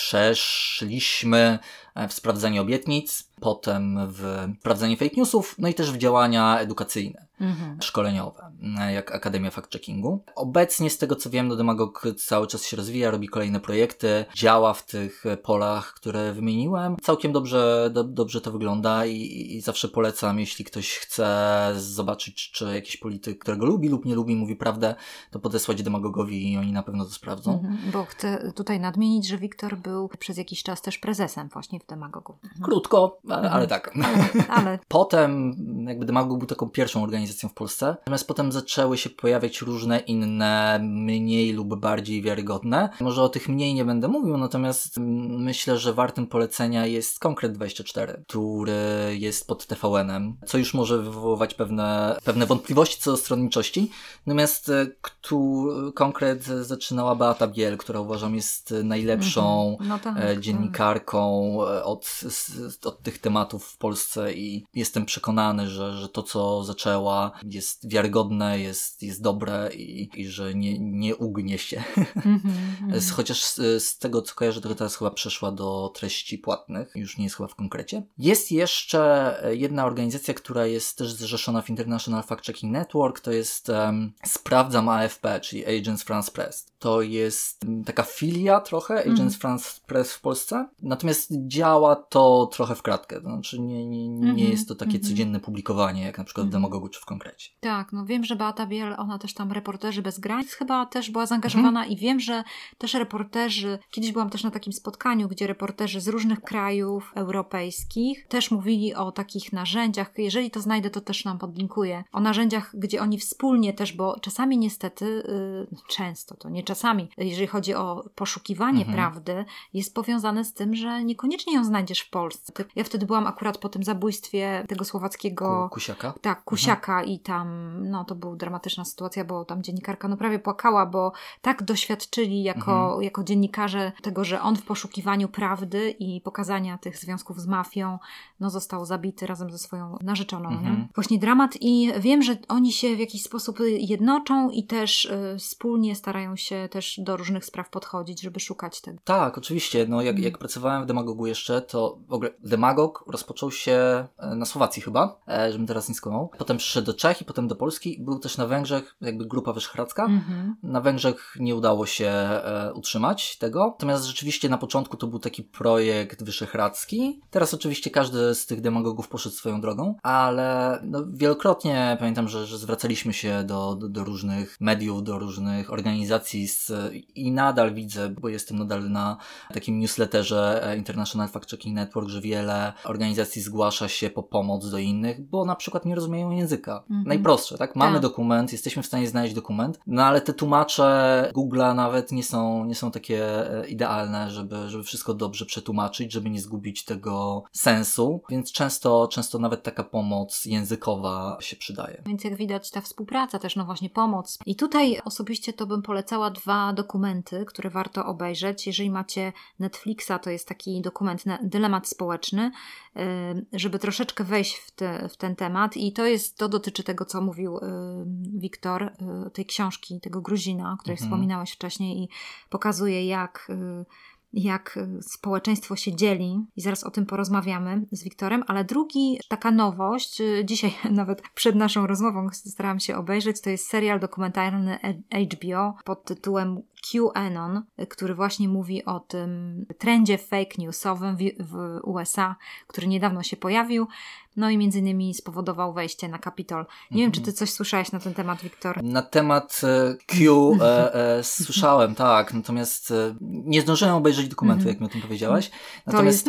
przeszliśmy w sprawdzanie obietnic, potem w sprawdzanie fake newsów, no i też w działania edukacyjne, szkoleniowe, jak Akademia Fact-Checkingu. Obecnie, z tego co wiem, Demagog cały czas się rozwija, robi kolejne projekty, działa w tych polach, które wymieniłem. Całkiem dobrze to wygląda i zawsze polecam, jeśli ktoś chce zobaczyć, czy jakiś polityk, którego lubi lub nie lubi, mówi prawdę, to podesłać Demagogowi i oni na pewno to sprawdzą. Bo chcę tutaj nadmienić, że Wiktor był przez jakiś czas też prezesem właśnie w Demagogu. Krótko, ale tak. Ale... Potem jakby Demagog był taką pierwszą organizacją w Polsce, natomiast potem zaczęły się pojawiać różne inne, mniej lub bardziej wiarygodne. Może o tych mniej nie będę mówił, natomiast myślę, że wartym polecenia jest Konkret24, który jest pod TVN-em, co już może wywoływać pewne wątpliwości co do stronniczości. Natomiast Konkret zaczynała Beata Biel, która uważam jest najlepszą dziennikarką od tych tematów w Polsce i jestem przekonany, że to, co zaczęła, jest wiarygodne, jest dobre i że nie ugnie się. Chociaż z tego, co kojarzę, to teraz chyba przeszła do treści płatnych, już nie jest chyba w Konkrecie. Jest jeszcze jedna organizacja, która jest też zrzeszona w International Fact-Checking Network, to jest Sprawdzam AFP, czyli Agence France Press. To jest taka filia trochę Agence France Press w Polsce, natomiast działa to trochę w kratkę, to znaczy nie jest to takie codzienne publikowanie, jak na przykład w Demagogu czy w Konkrecie. Tak, wiem, że Beata Biel, ona też tam Reporterzy Bez Granic chyba też była zaangażowana i wiem, że też reporterzy, kiedyś byłam też na takim spotkaniu, gdzie reporterzy z różnych krajów europejskich też mówili o takich narzędziach, jeżeli to znajdę, to też nam podlinkuję, o narzędziach, gdzie oni wspólnie też, bo czasami niestety, często to nie czasami, jeżeli chodzi o poszukiwanie prawdy, jest powiązane z tym, że niekoniecznie ją znajdziesz w Polsce. Ja wtedy byłam akurat po tym zabójstwie tego słowackiego... Kusiaka? Tak, Kusiaka i tam, to była dramatyczna sytuacja, bo tam dziennikarka prawie płakała, bo tak doświadczyli jako dziennikarze tego, że on w poszukiwaniu prawdy i pokazania tych związków z mafią, został zabity razem ze swoją narzeczoną. Nie? Właśnie dramat i wiem, że oni się w jakiś sposób jednoczą i też wspólnie starają się też do różnych spraw podchodzić, żeby szukać tego. Tak, oczywiście. Jak pracowałem w Demagogu jeszcze jeszcze, to w ogóle Demagog rozpoczął się na Słowacji chyba, żebym teraz nie skłamał. Potem przyszedł do Czech i potem do Polski. Był też na Węgrzech, jakby grupa wyszehradzka. Na Węgrzech nie udało się utrzymać tego. Natomiast rzeczywiście na początku to był taki projekt wyszehradzki. Teraz oczywiście każdy z tych demagogów poszedł swoją drogą, ale no, wielokrotnie pamiętam, że zwracaliśmy się do różnych mediów, do różnych organizacji i nadal widzę, bo jestem nadal na takim newsletterze International Fact Checking Network, że wiele organizacji zgłasza się po pomoc do innych, bo na przykład nie rozumieją języka. Najprostsze, tak? Mamy dokument, jesteśmy w stanie znaleźć dokument, no ale te tłumacze Google'a nawet nie są takie idealne, żeby wszystko dobrze przetłumaczyć, żeby nie zgubić tego sensu, więc często nawet taka pomoc językowa się przydaje. Więc jak widać ta współpraca też, no właśnie pomoc. I tutaj osobiście to bym polecała 2 dokumenty, które warto obejrzeć. Jeżeli macie Netflixa, to jest taki dokument Dylemat społeczny, żeby troszeczkę wejść w ten temat i to dotyczy tego, co mówił Wiktor, tej książki, tego Gruzina, o której wspominałeś wcześniej i pokazuje jak społeczeństwo się dzieli i zaraz o tym porozmawiamy z Wiktorem, ale drugi, taka nowość, dzisiaj nawet przed naszą rozmową starałam się obejrzeć, to jest serial dokumentalny HBO pod tytułem QAnon, który właśnie mówi o tym trendzie fake newsowym w USA, który niedawno się pojawił, no i między innymi spowodował wejście na Kapitol. Nie wiem, czy ty coś słyszałeś na ten temat, Wiktor? Na temat Q słyszałem, tak, natomiast nie zdążyłem obejrzeć dokumentu, jak mi o tym powiedziałaś. Natomiast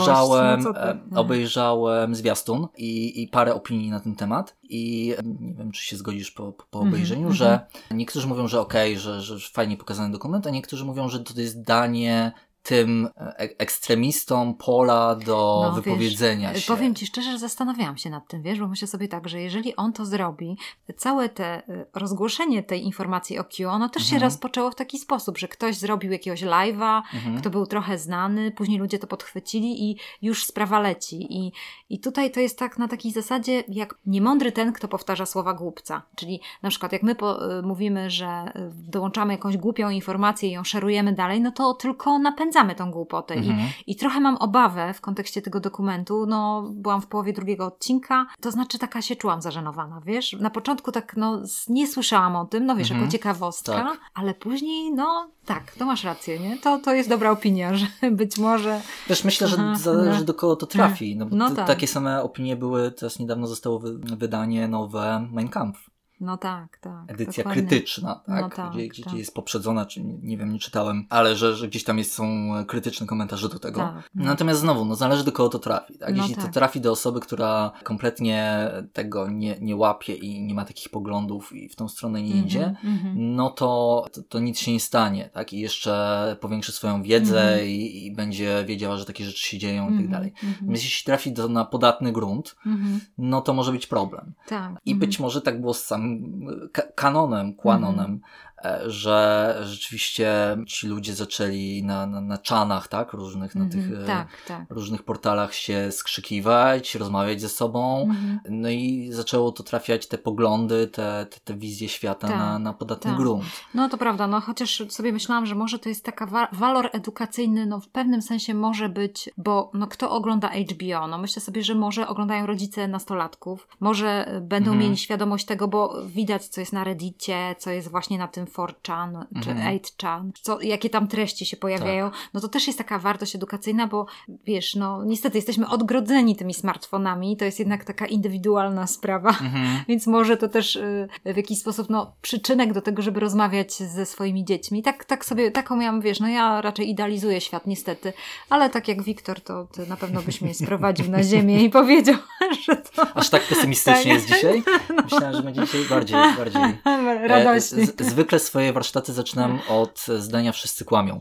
obejrzałem zwiastun i parę opinii na ten temat i nie wiem, czy się zgodzisz po obejrzeniu, że niektórzy mówią, że okej, że fajnie pokazany dokument, a niektórzy mówią, że to jest danie tym ekstremistom pola do wypowiedzenia się. Powiem ci szczerze, że zastanawiałam się nad tym, bo myślę sobie tak, że jeżeli on to zrobi, całe te rozgłoszenie tej informacji o Q, ono też się rozpoczęło w taki sposób, że ktoś zrobił jakiegoś live'a, kto był trochę znany, później ludzie to podchwycili i już sprawa leci. I tutaj to jest tak na takiej zasadzie, jak niemądry ten, kto powtarza słowa głupca. Czyli na przykład jak my mówimy, że dołączamy jakąś głupią informację i ją szerujemy dalej, no to tylko napędzamy tą głupotę. I trochę mam obawę w kontekście tego dokumentu, no byłam w połowie 2 odcinka, to znaczy taka się czułam zażenowana, Na początku tak, nie słyszałam o tym, jako ciekawostka, ale później, tak, to masz rację, nie? To jest dobra opinia, że być może... Wiesz, myślę, że zależy do kogo to trafi, tak. Takie same opinie były, teraz niedawno zostało wydanie nowe Mein Kampf. No tak. Edycja krytyczna, tak? Gdzie jest poprzedzona, czy nie wiem, nie czytałem, ale że gdzieś tam są krytyczne komentarze do tego. Tak. Natomiast znowu, zależy do kogo to trafi, tak? Jeśli to trafi do osoby, która kompletnie tego nie łapie i nie ma takich poglądów i w tą stronę nie idzie, no to nic się nie stanie, tak? I jeszcze powiększy swoją wiedzę i będzie wiedziała, że takie rzeczy się dzieją i tak dalej. Natomiast jeśli trafi na podatny grunt, no to może być problem. Tak. I być może tak było z samym QAnonem, że rzeczywiście ci ludzie zaczęli na czanach, tak, różnych, na tych różnych portalach się skrzykiwać, rozmawiać ze sobą, no i zaczęło to trafiać, te poglądy, te wizje świata na podatny grunt. No to prawda, chociaż sobie myślałam, że może to jest taka walor edukacyjny, w pewnym sensie może być, bo kto ogląda HBO? Myślę sobie, że może oglądają rodzice nastolatków, może będą mieli świadomość tego, bo widać, co jest na Reddicie, co jest właśnie na tym 4chan czy 8chan, jakie tam treści się pojawiają, to też jest taka wartość edukacyjna, bo wiesz, niestety jesteśmy odgrodzeni tymi smartfonami, to jest jednak taka indywidualna sprawa, więc może to też w jakiś sposób przyczynek do tego, żeby rozmawiać ze swoimi dziećmi. Tak sobie, taką miałam, ja raczej idealizuję świat niestety, ale tak jak Wiktor, to ty na pewno byś mnie sprowadził na ziemię i powiedział, że to... Aż tak pesymistycznie jest dzisiaj? Myślałem, że będzie dzisiaj bardziej radośnie. Zwykle swoje warsztaty zaczynam od zdania "wszyscy kłamią"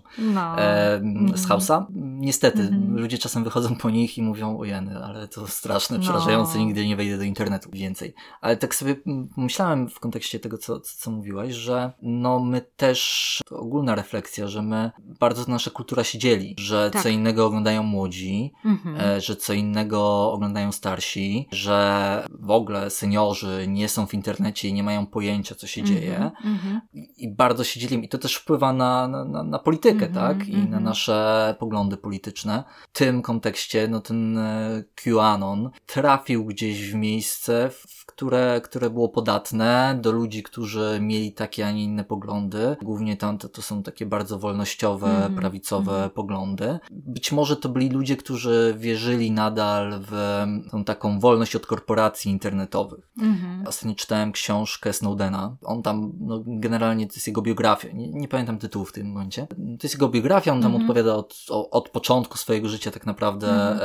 z Hausa. Niestety, ludzie czasem wychodzą po nich i mówią: ojeny, ale to straszne, przerażające, nigdy nie wejdę do internetu więcej. Ale tak sobie myślałem w kontekście tego, co mówiłaś, że my też, to ogólna refleksja, że bardzo nasza kultura się dzieli, że co innego oglądają młodzi, że co innego oglądają starsi, że w ogóle seniorzy nie są w internecie i nie mają pojęcia, co się dzieje. i bardzo się dzielimy. I to też wpływa na politykę, tak? I na nasze poglądy polityczne. W tym kontekście, no ten QAnon trafił gdzieś w miejsce, które było podatne do ludzi, którzy mieli takie, a nie inne poglądy. Głównie tam to są takie bardzo wolnościowe, prawicowe poglądy. Być może to byli ludzie, którzy wierzyli nadal w tą taką wolność od korporacji internetowych. Ostatnio czytałem książkę Snowdena. On tam, no, generalnie to jest jego biografia. Nie pamiętam tytułu w tym momencie. To jest jego biografia, on tam odpowiada od początku swojego życia tak naprawdę,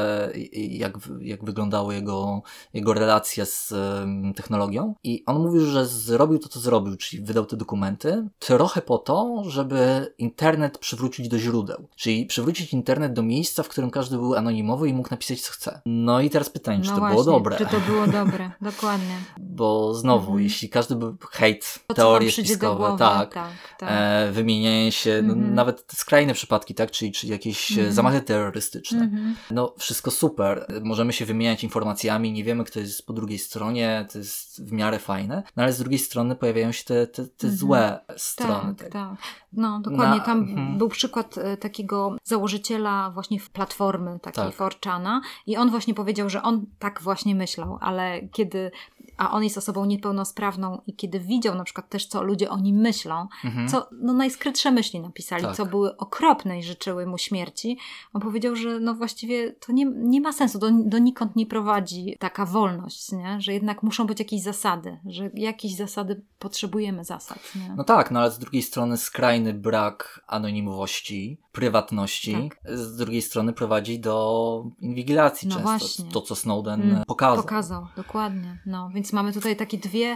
jak wyglądały jego relacje z technologią. I on mówił, że zrobił to, co zrobił, czyli wydał te dokumenty, trochę po to, żeby internet przywrócić do źródeł. Czyli przywrócić internet do miejsca, w którym każdy był anonimowy i mógł napisać, co chce. No i teraz pytanie, czy to było dobre? Czy to było dobre, dokładnie. Bo znowu, jeśli każdy był hejt, teorie spiskowe, wymienianie się, no, nawet te skrajne przypadki, tak, czyli jakieś zamachy terrorystyczne. No, wszystko super. Możemy się wymieniać informacjami, nie wiemy, kto jest po drugiej stronie, to jest w miarę fajne, no ale z drugiej strony pojawiają się te złe strony. Tak. No, dokładnie. Tam był przykład takiego założyciela właśnie platformy takiej 4chana i on właśnie powiedział, że on tak właśnie myślał, ale a on jest osobą niepełnosprawną i kiedy widział na przykład też, co ludzie o nim myślą, co no najskrytsze myśli napisali, co były okropne i życzyły mu śmierci, on powiedział, że no właściwie to nie ma sensu, donikąd nie prowadzi taka wolność, nie? Że jednak muszą być jakieś zasady, że jakieś zasady potrzebujemy zasad. Nie? No tak, no ale z drugiej strony skrajny brak anonimowości, prywatności, z drugiej strony prowadzi do inwigilacji często. Właśnie. To, co Snowden pokazał. Dokładnie. No, więc mamy tutaj takie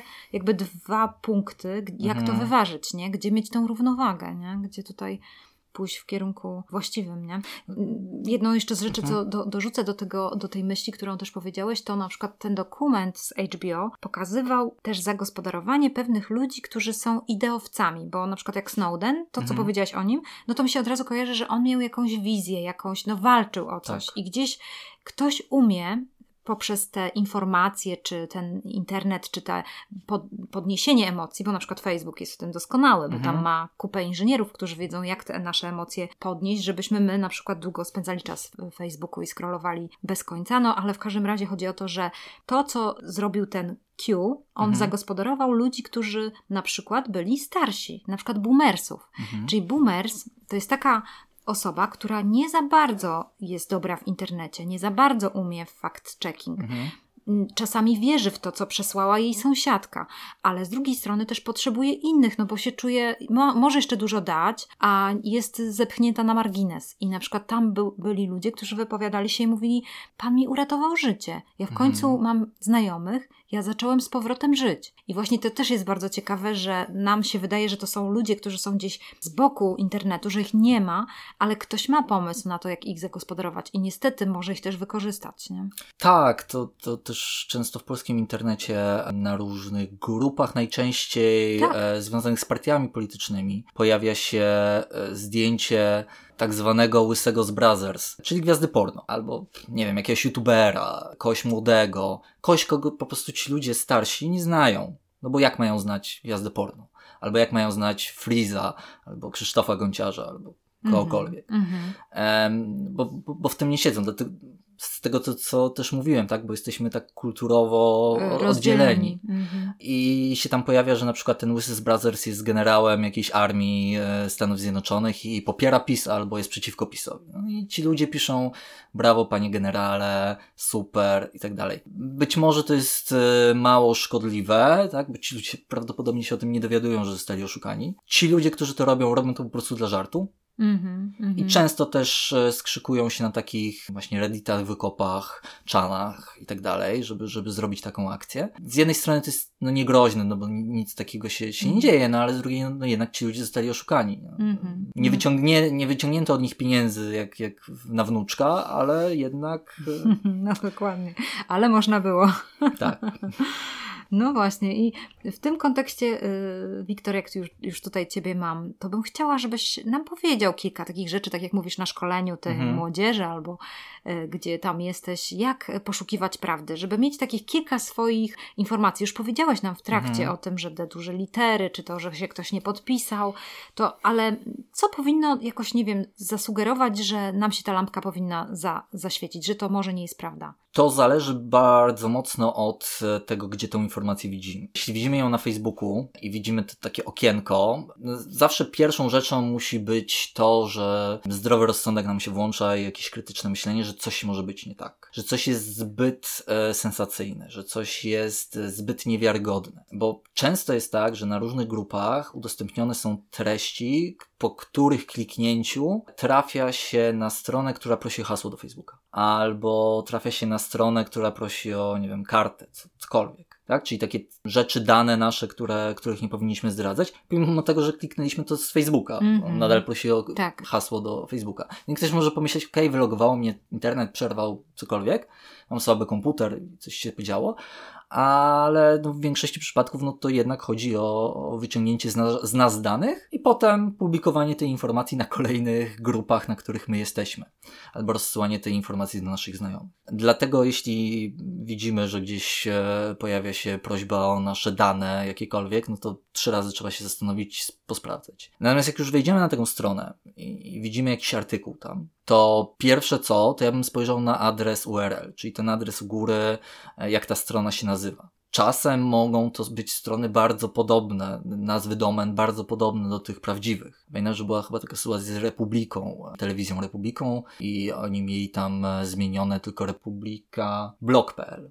dwa punkty, jak to wyważyć, nie? Gdzie mieć tą równowagę, nie? Gdzie tutaj pójść w kierunku właściwym, nie? Jedną jeszcze z rzeczy, co dorzucę do tej myśli, którą też powiedziałeś, to na przykład ten dokument z HBO pokazywał też zagospodarowanie pewnych ludzi, którzy są ideowcami, bo na przykład jak Snowden, to co powiedziałaś o nim, no to mi się od razu kojarzy, że on miał jakąś wizję, walczył o coś i gdzieś ktoś umie poprzez te informacje, czy ten internet, czy te podniesienie emocji, bo na przykład Facebook jest w tym doskonały, bo tam ma kupę inżynierów, którzy wiedzą, jak te nasze emocje podnieść, żebyśmy my na przykład długo spędzali czas w Facebooku i scrollowali bez końca, no ale w każdym razie chodzi o to, że to, co zrobił ten Q, on zagospodarował ludzi, którzy na przykład byli starsi, na przykład boomersów. Czyli boomers to jest taka osoba, która nie za bardzo jest dobra w internecie, nie za bardzo umie w fact-checking. Czasami wierzy w to, co przesłała jej sąsiadka, ale z drugiej strony też potrzebuje innych, no bo się czuje, może jeszcze dużo dać, a jest zepchnięta na margines. I na przykład tam byli ludzie, którzy wypowiadali się i mówili, pan mi uratował życie. Ja w końcu mam znajomych, ja zacząłem z powrotem żyć. I właśnie to też jest bardzo ciekawe, że nam się wydaje, że to są ludzie, którzy są gdzieś z boku internetu, że ich nie ma, ale ktoś ma pomysł na to, jak ich zagospodarować i niestety może ich też wykorzystać. Nie? Tak, to też często w polskim internecie na różnych grupach, najczęściej związanych z partiami politycznymi, pojawia się zdjęcie tak zwanego łysego z Brazzers, czyli gwiazdy porno, albo nie wiem, jakiegoś youtubera, kogoś młodego, kogoś, kogo po prostu ci ludzie starsi nie znają. No bo jak mają znać gwiazdę porno? Albo jak mają znać Freeza, albo Krzysztofa Gonciarza, albo kogokolwiek. Bo w tym nie siedzą. Z tego, co też mówiłem, tak? Bo jesteśmy tak kulturowo oddzieleni. I się tam pojawia, że na przykład ten łysy z Brothers jest generałem jakiejś armii Stanów Zjednoczonych i popiera PiS albo jest przeciwko PiS-owi. No i ci ludzie piszą brawo panie generale, super i tak dalej. Być może to jest mało szkodliwe, tak? Bo ci ludzie prawdopodobnie się o tym nie dowiadują, że zostali oszukani. Ci ludzie, którzy to robią to po prostu dla żartu. I często też skrzykują się na takich właśnie redditach, wykopach, czanach i tak dalej, żeby zrobić taką akcję. Z jednej strony to jest niegroźne, no bo nic takiego się nie dzieje, no ale z drugiej no jednak ci ludzie zostali oszukani. No. Nie wyciągnięto od nich pieniędzy jak na wnuczka, ale jednak... No dokładnie. Ale można było. Tak. No właśnie i w tym kontekście, Wiktor, jak już tutaj Ciebie mam, to bym chciała, żebyś nam powiedział kilka takich rzeczy, tak jak mówisz na szkoleniu tej młodzieży albo gdzie tam jesteś, jak poszukiwać prawdy, żeby mieć takich kilka swoich informacji. Już powiedziałeś nam w trakcie o tym, że te duże litery, czy to, że się ktoś nie podpisał, ale co powinno jakoś, nie wiem, zasugerować, że nam się ta lampka powinna zaświecić, że to może nie jest prawda? To zależy bardzo mocno od tego, gdzie tę informację widzimy. Jeśli widzimy ją na Facebooku i widzimy takie okienko, zawsze pierwszą rzeczą musi być to, że zdrowy rozsądek nam się włącza i jakieś krytyczne myślenie, że coś może być nie tak. Że coś jest zbyt sensacyjne, że coś jest zbyt niewiarygodne. Bo często jest tak, że na różnych grupach udostępnione są treści, po których kliknięciu trafia się na stronę, która prosi o hasło do Facebooka. Albo trafia się na stronę, która prosi o, nie wiem, kartę, cokolwiek. Tak? Czyli takie rzeczy, dane nasze, których nie powinniśmy zdradzać, pomimo tego, że kliknęliśmy to z Facebooka. On nadal prosi o hasło do Facebooka. I ktoś może pomyśleć, wylogowało mnie internet, przerwał cokolwiek, mam słaby komputer, coś się podziało, ale w większości przypadków to jednak chodzi o wyciągnięcie z nas danych i potem publikowanie tej informacji na kolejnych grupach, na których my jesteśmy. Albo rozsyłanie tej informacji do naszych znajomych. Dlatego jeśli widzimy, że gdzieś pojawia się prośba o nasze dane jakiekolwiek, to 3 razy trzeba się zastanowić, posprawdzać. Natomiast jak już wejdziemy na tę stronę i widzimy jakiś artykuł tam, to pierwsze to ja bym spojrzał na adres URL, czyli ten adres u góry, jak ta strona się nazywa. Czasem mogą to być strony bardzo podobne, nazwy domen bardzo podobne do tych prawdziwych. Pamiętam, że była chyba taka sytuacja z Republiką, telewizją Republiką i oni mieli tam zmienione tylko republika.blog.pl.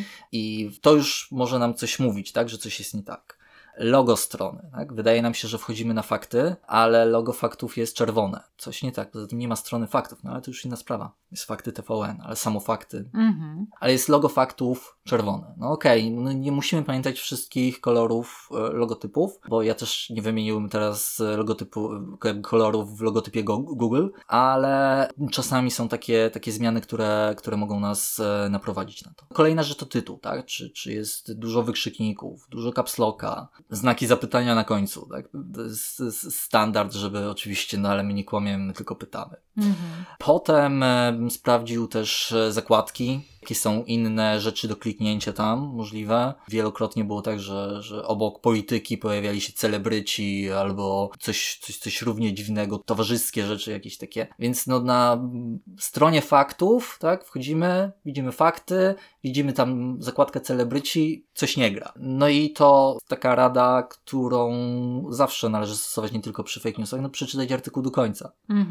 I to już może nam coś mówić, tak, że coś jest nie tak. Logo strony, tak? Wydaje nam się, że wchodzimy na fakty, ale logo faktów jest czerwone. Coś nie tak, poza tym nie ma strony faktów, ale to już inna sprawa. Jest fakty TVN, ale samo fakty. Ale jest logo faktów czerwone. Nie musimy pamiętać wszystkich kolorów logotypów, bo ja też nie wymieniłem teraz kolorów w logotypie Google, ale czasami są takie zmiany, które mogą nas naprowadzić na to. Kolejna rzecz to tytuł, tak? Czy jest dużo wykrzykników, dużo caps locka, znaki zapytania na końcu, tak? To jest standard, żeby oczywiście, ale my nie kłamiemy, tylko pytamy. Potem sprawdził też zakładki, jakie są inne rzeczy do kliknięcia tam możliwe. Wielokrotnie było tak, że obok polityki pojawiali się celebryci albo coś równie dziwnego, towarzyskie rzeczy jakieś takie. Więc na stronie faktów, tak, wchodzimy, widzimy fakty, widzimy tam zakładkę celebryci, coś nie gra. I to taka rada, którą zawsze należy stosować nie tylko przy fake newsach, przeczytać artykuł do końca.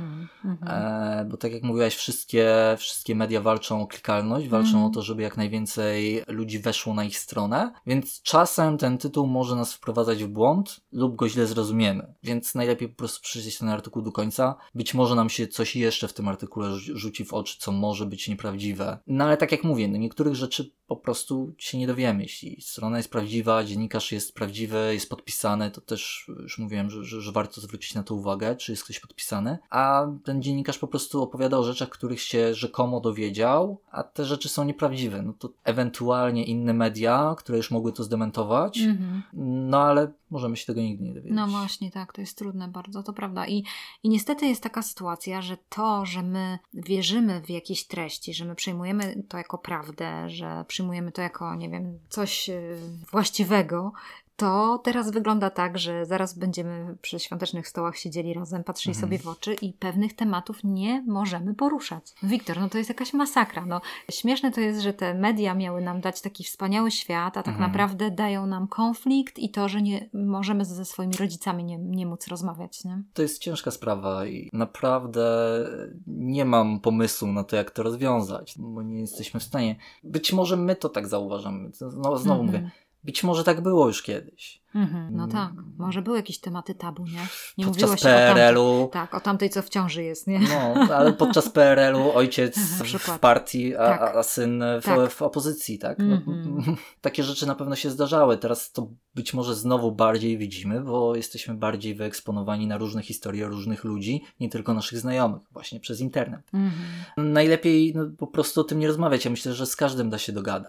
Bo tak jak mówiłaś, wszystkie media walczą o klikalność, walczą o to, żeby jak najwięcej ludzi weszło na ich stronę, więc czasem ten tytuł może nas wprowadzać w błąd lub go źle zrozumiemy. Więc najlepiej po prostu przeczytać ten artykuł do końca. Być może nam się coś jeszcze w tym artykule rzuci w oczy, co może być nieprawdziwe. Ale tak jak mówię, niektórych rzeczy po prostu się nie dowiemy. Jeśli strona jest prawdziwa, dziennikarz jest prawdziwy, jest podpisany, to też już mówiłem, że warto zwrócić na to uwagę, czy jest ktoś podpisany, a ten dziennikarz po prostu opowiada o rzeczach, których się rzekomo dowiedział, a te rzeczy są nieprawdziwe. To ewentualnie inne media, które już mogły to zdementować, ale możemy się tego nigdy nie dowiedzieć. No właśnie, tak, to jest trudne bardzo, to prawda. I niestety jest taka sytuacja, że to, że my wierzymy w jakieś treści, że my przyjmujemy to jako prawdę, że przyjmujemy to jako, nie wiem, coś właściwego, to teraz wygląda tak, że zaraz będziemy przy świątecznych stołach siedzieli razem, patrzyli sobie w oczy i pewnych tematów nie możemy poruszać. Wiktor, to jest jakaś masakra. Śmieszne to jest, że te media miały nam dać taki wspaniały świat, a tak naprawdę dają nam konflikt i to, że nie możemy ze swoimi rodzicami nie móc rozmawiać. Nie? To jest ciężka sprawa i naprawdę nie mam pomysłu na to, jak to rozwiązać, bo nie jesteśmy w stanie. Być może my to tak zauważamy. Znowu mówię, być może tak było już kiedyś. No tak, może były jakieś tematy tabu, nie? Nie podczas mówiło się PRL-u. o tamtej, co w ciąży jest, nie? Ale podczas PRL-u ojciec w partii, a syn w opozycji, tak? Takie rzeczy na pewno się zdarzały. Teraz to być może znowu bardziej widzimy, bo jesteśmy bardziej wyeksponowani na różne historie różnych ludzi, nie tylko naszych znajomych, właśnie przez internet. Najlepiej po prostu o tym nie rozmawiać. Ja myślę, że z każdym da się dogadać.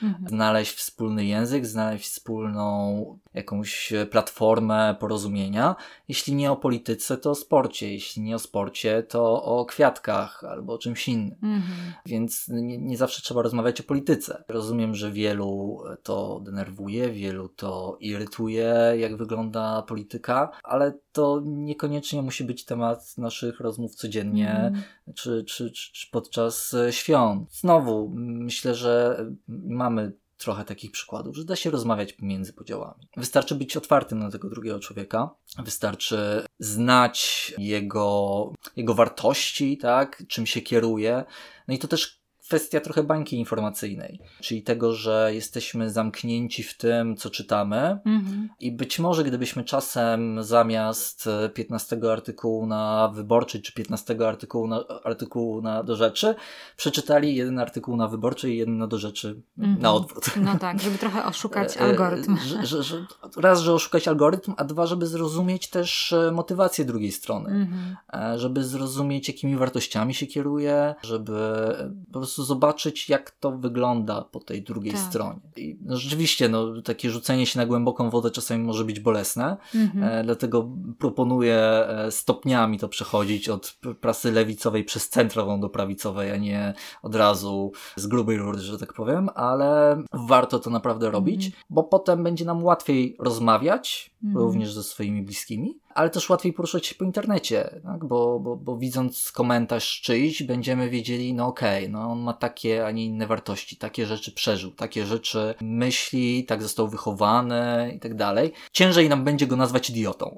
znaleźć wspólny język, znaleźć wspólną jakąś platformę porozumienia. Jeśli nie o polityce, to o sporcie. Jeśli nie o sporcie, to o kwiatkach albo o czymś innym. Więc nie zawsze trzeba rozmawiać o polityce. Rozumiem, że wielu to denerwuje, wielu to irytuje, jak wygląda polityka, ale to niekoniecznie musi być temat naszych rozmów codziennie, czy podczas świąt. Znowu, myślę, że mamy trochę takich przykładów, że da się rozmawiać pomiędzy podziałami. Wystarczy być otwartym na tego drugiego człowieka, wystarczy znać jego wartości, tak, czym się kieruje. No i to też kwestia trochę bańki informacyjnej, czyli tego, że jesteśmy zamknięci w tym, co czytamy i być może gdybyśmy czasem zamiast 15 artykułu na Wyborczej czy 15 artykułu na Do Rzeczy przeczytali jeden artykuł na Wyborczej i jeden na Do Rzeczy na odwrót. No tak, żeby trochę oszukać algorytm. Raz, że oszukać algorytm, a dwa, żeby zrozumieć też motywację drugiej strony. Żeby zrozumieć, jakimi wartościami się kieruje, żeby po prostu zobaczyć, jak to wygląda po tej drugiej stronie. I no, rzeczywiście, takie rzucenie się na głęboką wodę czasami może być bolesne, dlatego proponuję stopniami to przechodzić od prasy lewicowej przez centrową do prawicowej, a nie od razu z grubej rury, że tak powiem, ale warto to naprawdę robić, bo potem będzie nam łatwiej rozmawiać, również ze swoimi bliskimi, ale też łatwiej poruszać się po internecie, tak? Bo widząc komentarz czyjś, będziemy wiedzieli, on ma takie, a nie inne wartości, takie rzeczy przeżył, takie rzeczy myśli, tak został wychowany i tak dalej. Ciężej nam będzie go nazwać idiotą.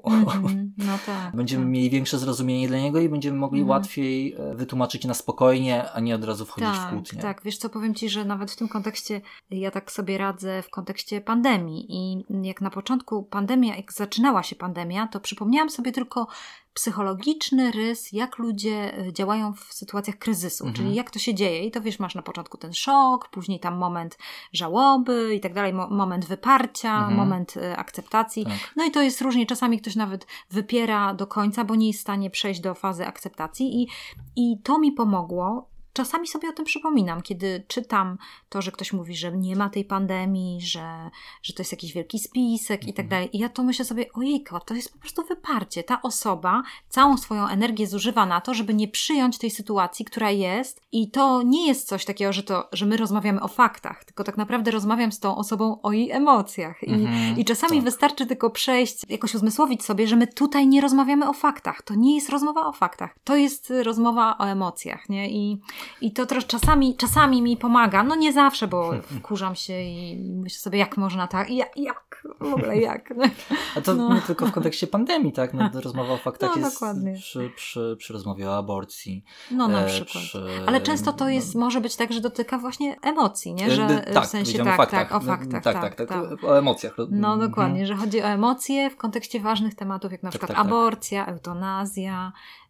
No tak. Będziemy mieli większe zrozumienie dla niego i będziemy mogli łatwiej wytłumaczyć na spokojnie, a nie od razu wchodzić w kłótnię. Tak, wiesz co, powiem Ci, że nawet w tym kontekście ja tak sobie radzę w kontekście pandemii i jak na początku pandemia, jak zaczynała się pandemia, to przypomniałam sobie tylko psychologiczny rys, jak ludzie działają w sytuacjach kryzysu, czyli jak to się dzieje. I to wiesz, masz na początku ten szok, później tam moment żałoby i tak dalej, moment wyparcia, moment akceptacji. Tak. No i to jest różnie. Czasami ktoś nawet wypiera do końca, bo nie jest w stanie przejść do fazy akceptacji i to mi pomogło. Czasami sobie o tym przypominam, kiedy czytam to, że ktoś mówi, że nie ma tej pandemii, że to jest jakiś wielki spisek i tak dalej. I ja to myślę sobie, ojejka, to jest po prostu wyparcie. Ta osoba całą swoją energię zużywa na to, żeby nie przyjąć tej sytuacji, która jest. I to nie jest coś takiego, że my rozmawiamy o faktach, tylko tak naprawdę rozmawiam z tą osobą o jej emocjach. I czasami wystarczy tylko przejść, jakoś uzmysłowić sobie, że my tutaj nie rozmawiamy o faktach. To nie jest rozmowa o faktach. To jest rozmowa o emocjach, nie? I to też czasami mi pomaga, no nie zawsze, bo wkurzam się i myślę sobie, jak można tak, jak, w ogóle jak. A to nie tylko w kontekście pandemii, tak? Rozmowa o faktach jest dokładnie. Przy rozmowie o aborcji. No na przykład. Ale często to jest, może być tak, że dotyka właśnie emocji, nie? Że tak, w sensie o faktach. O faktach. Tak. O emocjach. No dokładnie, że chodzi o emocje w kontekście ważnych tematów, jak na przykład aborcja, eutanazja,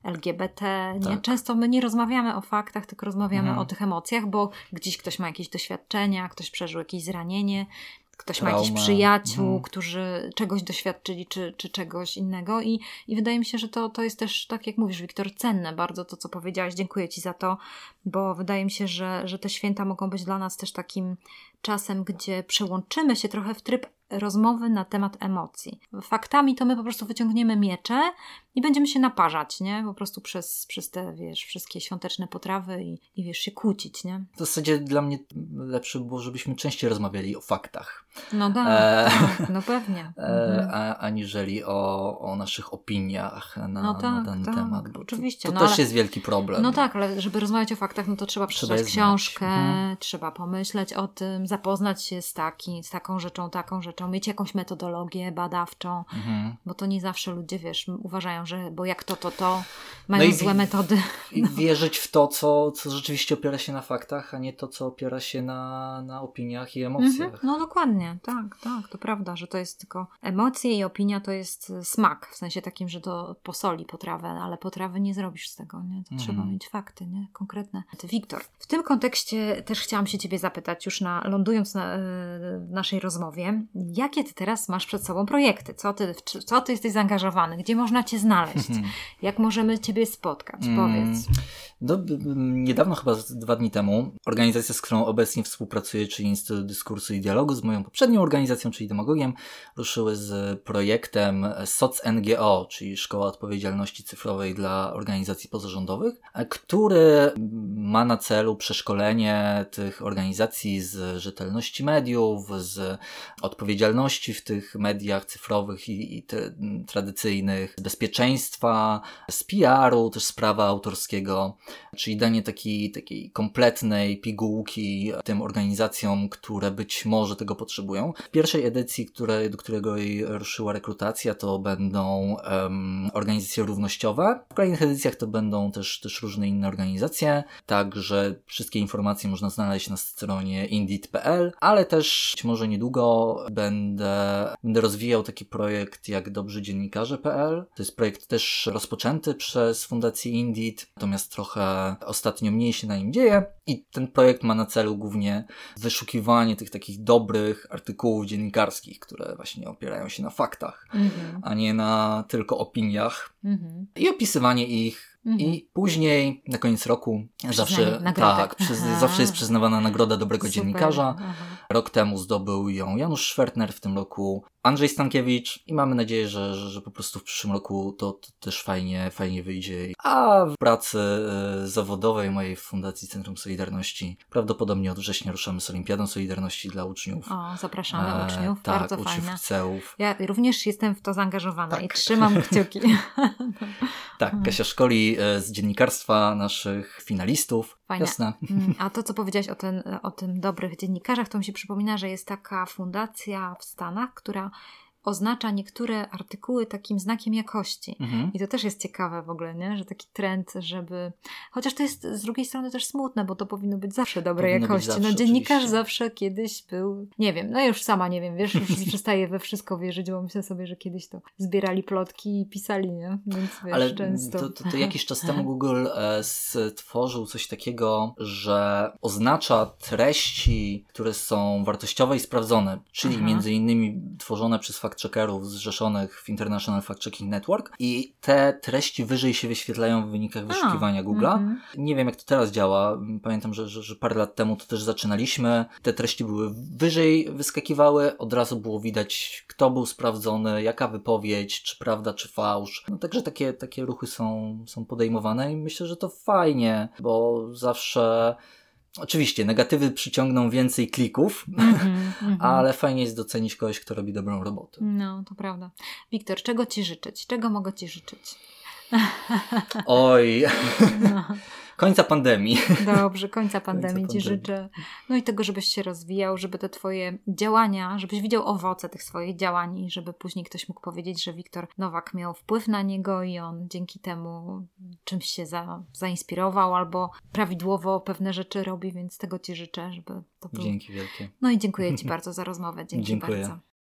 LGBT, nie? Tak. Często my nie rozmawiamy o faktach, tylko rozmawiamy o tych emocjach, bo gdzieś ktoś ma jakieś doświadczenia, ktoś przeżył jakieś zranienie, ktoś ma jakichś przyjaciół, którzy czegoś doświadczyli, czy czegoś innego i wydaje mi się, że to jest też, tak jak mówisz, Wiktor, cenne bardzo to, co powiedziałaś. Dziękuję Ci za to, bo wydaje mi się, że te święta mogą być dla nas też takim czasem, gdzie przełączymy się trochę w tryb rozmowy na temat emocji. Faktami to my po prostu wyciągniemy miecze i będziemy się naparzać, nie? Po prostu przez te, wiesz, wszystkie świąteczne potrawy i wiesz, się kłócić, nie? W zasadzie dla mnie lepsze było, żebyśmy częściej rozmawiali o faktach. No tak, no pewnie. Aniżeli o naszych opiniach na dany temat. Bo oczywiście. To też jest wielki problem. No tak, ale żeby rozmawiać o faktach, no to trzeba przeczytać książkę, trzeba pomyśleć o tym, zapoznać się z taką rzeczą, mieć jakąś metodologię badawczą, bo to nie zawsze ludzie, wiesz, uważają, że bo jak to mają złe metody. I wierzyć w to, co rzeczywiście opiera się na faktach, a nie to, co opiera się na opiniach i emocjach. No dokładnie. Dokładnie, tak, to prawda, że to jest tylko emocje i opinia to jest smak, w sensie takim, że to posoli potrawę, ale potrawy nie zrobisz z tego, nie? To trzeba mieć fakty, nie? Konkretne. Ty, Wiktor, w tym kontekście też chciałam się ciebie zapytać, już lądując w naszej rozmowie, jakie ty teraz masz przed sobą projekty? Co ty jesteś zaangażowany? Gdzie można cię znaleźć? Jak możemy ciebie spotkać? Powiedz. Niedawno, chyba 2 dni temu, organizacja, z którą obecnie współpracuję, czyli Instytut Dyskursu i Dialogu, z moją poprzednią organizacją, czyli Demagogiem, ruszyły z projektem SOC-NGO, czyli Szkoła Odpowiedzialności Cyfrowej dla Organizacji Pozarządowych, który ma na celu przeszkolenie tych organizacji z rzetelności mediów, z odpowiedzialności w tych mediach cyfrowych i tradycyjnych, z bezpieczeństwa, z PR-u, też z prawa autorskiego, czyli danie takiej kompletnej pigułki tym organizacjom, które być może tego potrzebują. W pierwszej edycji, do której ruszyła rekrutacja, to będą organizacje równościowe. W kolejnych edycjach to będą też różne inne organizacje, także wszystkie informacje można znaleźć na stronie indeed.pl, ale też być może niedługo będę rozwijał taki projekt jak dobrzy-dziennikarze.pl. To jest projekt też rozpoczęty przez Fundację Indeed, natomiast trochę ostatnio mniej się na nim dzieje i ten projekt ma na celu głównie wyszukiwanie tych takich dobrych artykułów dziennikarskich, które właśnie opierają się na faktach, a nie na tylko opiniach i opisywanie ich. I później, na koniec roku, zawsze jest przyznawana nagroda dobrego dziennikarza. Rok temu zdobył ją Janusz Szwertner, w tym roku Andrzej Stankiewicz i mamy nadzieję, że po prostu w przyszłym roku to też fajnie wyjdzie. A w pracy zawodowej mojej w Fundacji Centrum Solidarności prawdopodobnie od września ruszamy z Olimpiadą Solidarności dla uczniów. O, zapraszamy uczniów, bardzo uczniów fajne. liceów. Ja również jestem w to zaangażowana i trzymam kciuki. Tak, Kasia szkoli z dziennikarstwa naszych finalistów. Fajne. Jasne. A to, co powiedziałaś o tym dobrych dziennikarzach, to mi się przypomina, że jest taka fundacja w Stanach, która oznacza niektóre artykuły takim znakiem jakości. I to też jest ciekawe w ogóle, nie? Że taki trend, żeby... Chociaż to jest z drugiej strony też smutne, bo to powinno być zawsze dobrej jakości. Dziennikarz oczywiście zawsze kiedyś był... Nie wiem, już sama nie wiem, wiesz, już przestaję we wszystko wierzyć, bo myślę sobie, że kiedyś to zbierali plotki i pisali, nie? Więc wiesz, ale często... to jakiś czas temu Google stworzył coś takiego, że oznacza treści, które są wartościowe i sprawdzone, czyli między innymi tworzone przez fact-checkerów zrzeszonych w International Fact-Checking Network i te treści wyżej się wyświetlają w wynikach wyszukiwania Google'a. Nie wiem, jak to teraz działa. Pamiętam, że parę lat temu to też zaczynaliśmy. Te treści były wyżej wyskakiwały, od razu było widać, kto był sprawdzony, jaka wypowiedź, czy prawda, czy fałsz. No, także takie ruchy są podejmowane i myślę, że to fajnie, bo zawsze... Oczywiście, negatywy przyciągną więcej klików, ale fajnie jest docenić kogoś, kto robi dobrą robotę. No, to prawda. Wiktor, czego Ci życzyć? Czego mogę Ci życzyć? Oj... Końca pandemii. Dobrze, końca pandemii Ci życzę. No i tego, żebyś się rozwijał, żeby te Twoje działania, żebyś widział owoce tych swoich działań i żeby później ktoś mógł powiedzieć, że Wiktor Nowak miał wpływ na niego i on dzięki temu czymś się zainspirował albo prawidłowo pewne rzeczy robi, więc tego Ci życzę, żeby to było. Dzięki wielkie. No i dziękuję Ci bardzo za rozmowę. Dziękuję bardzo.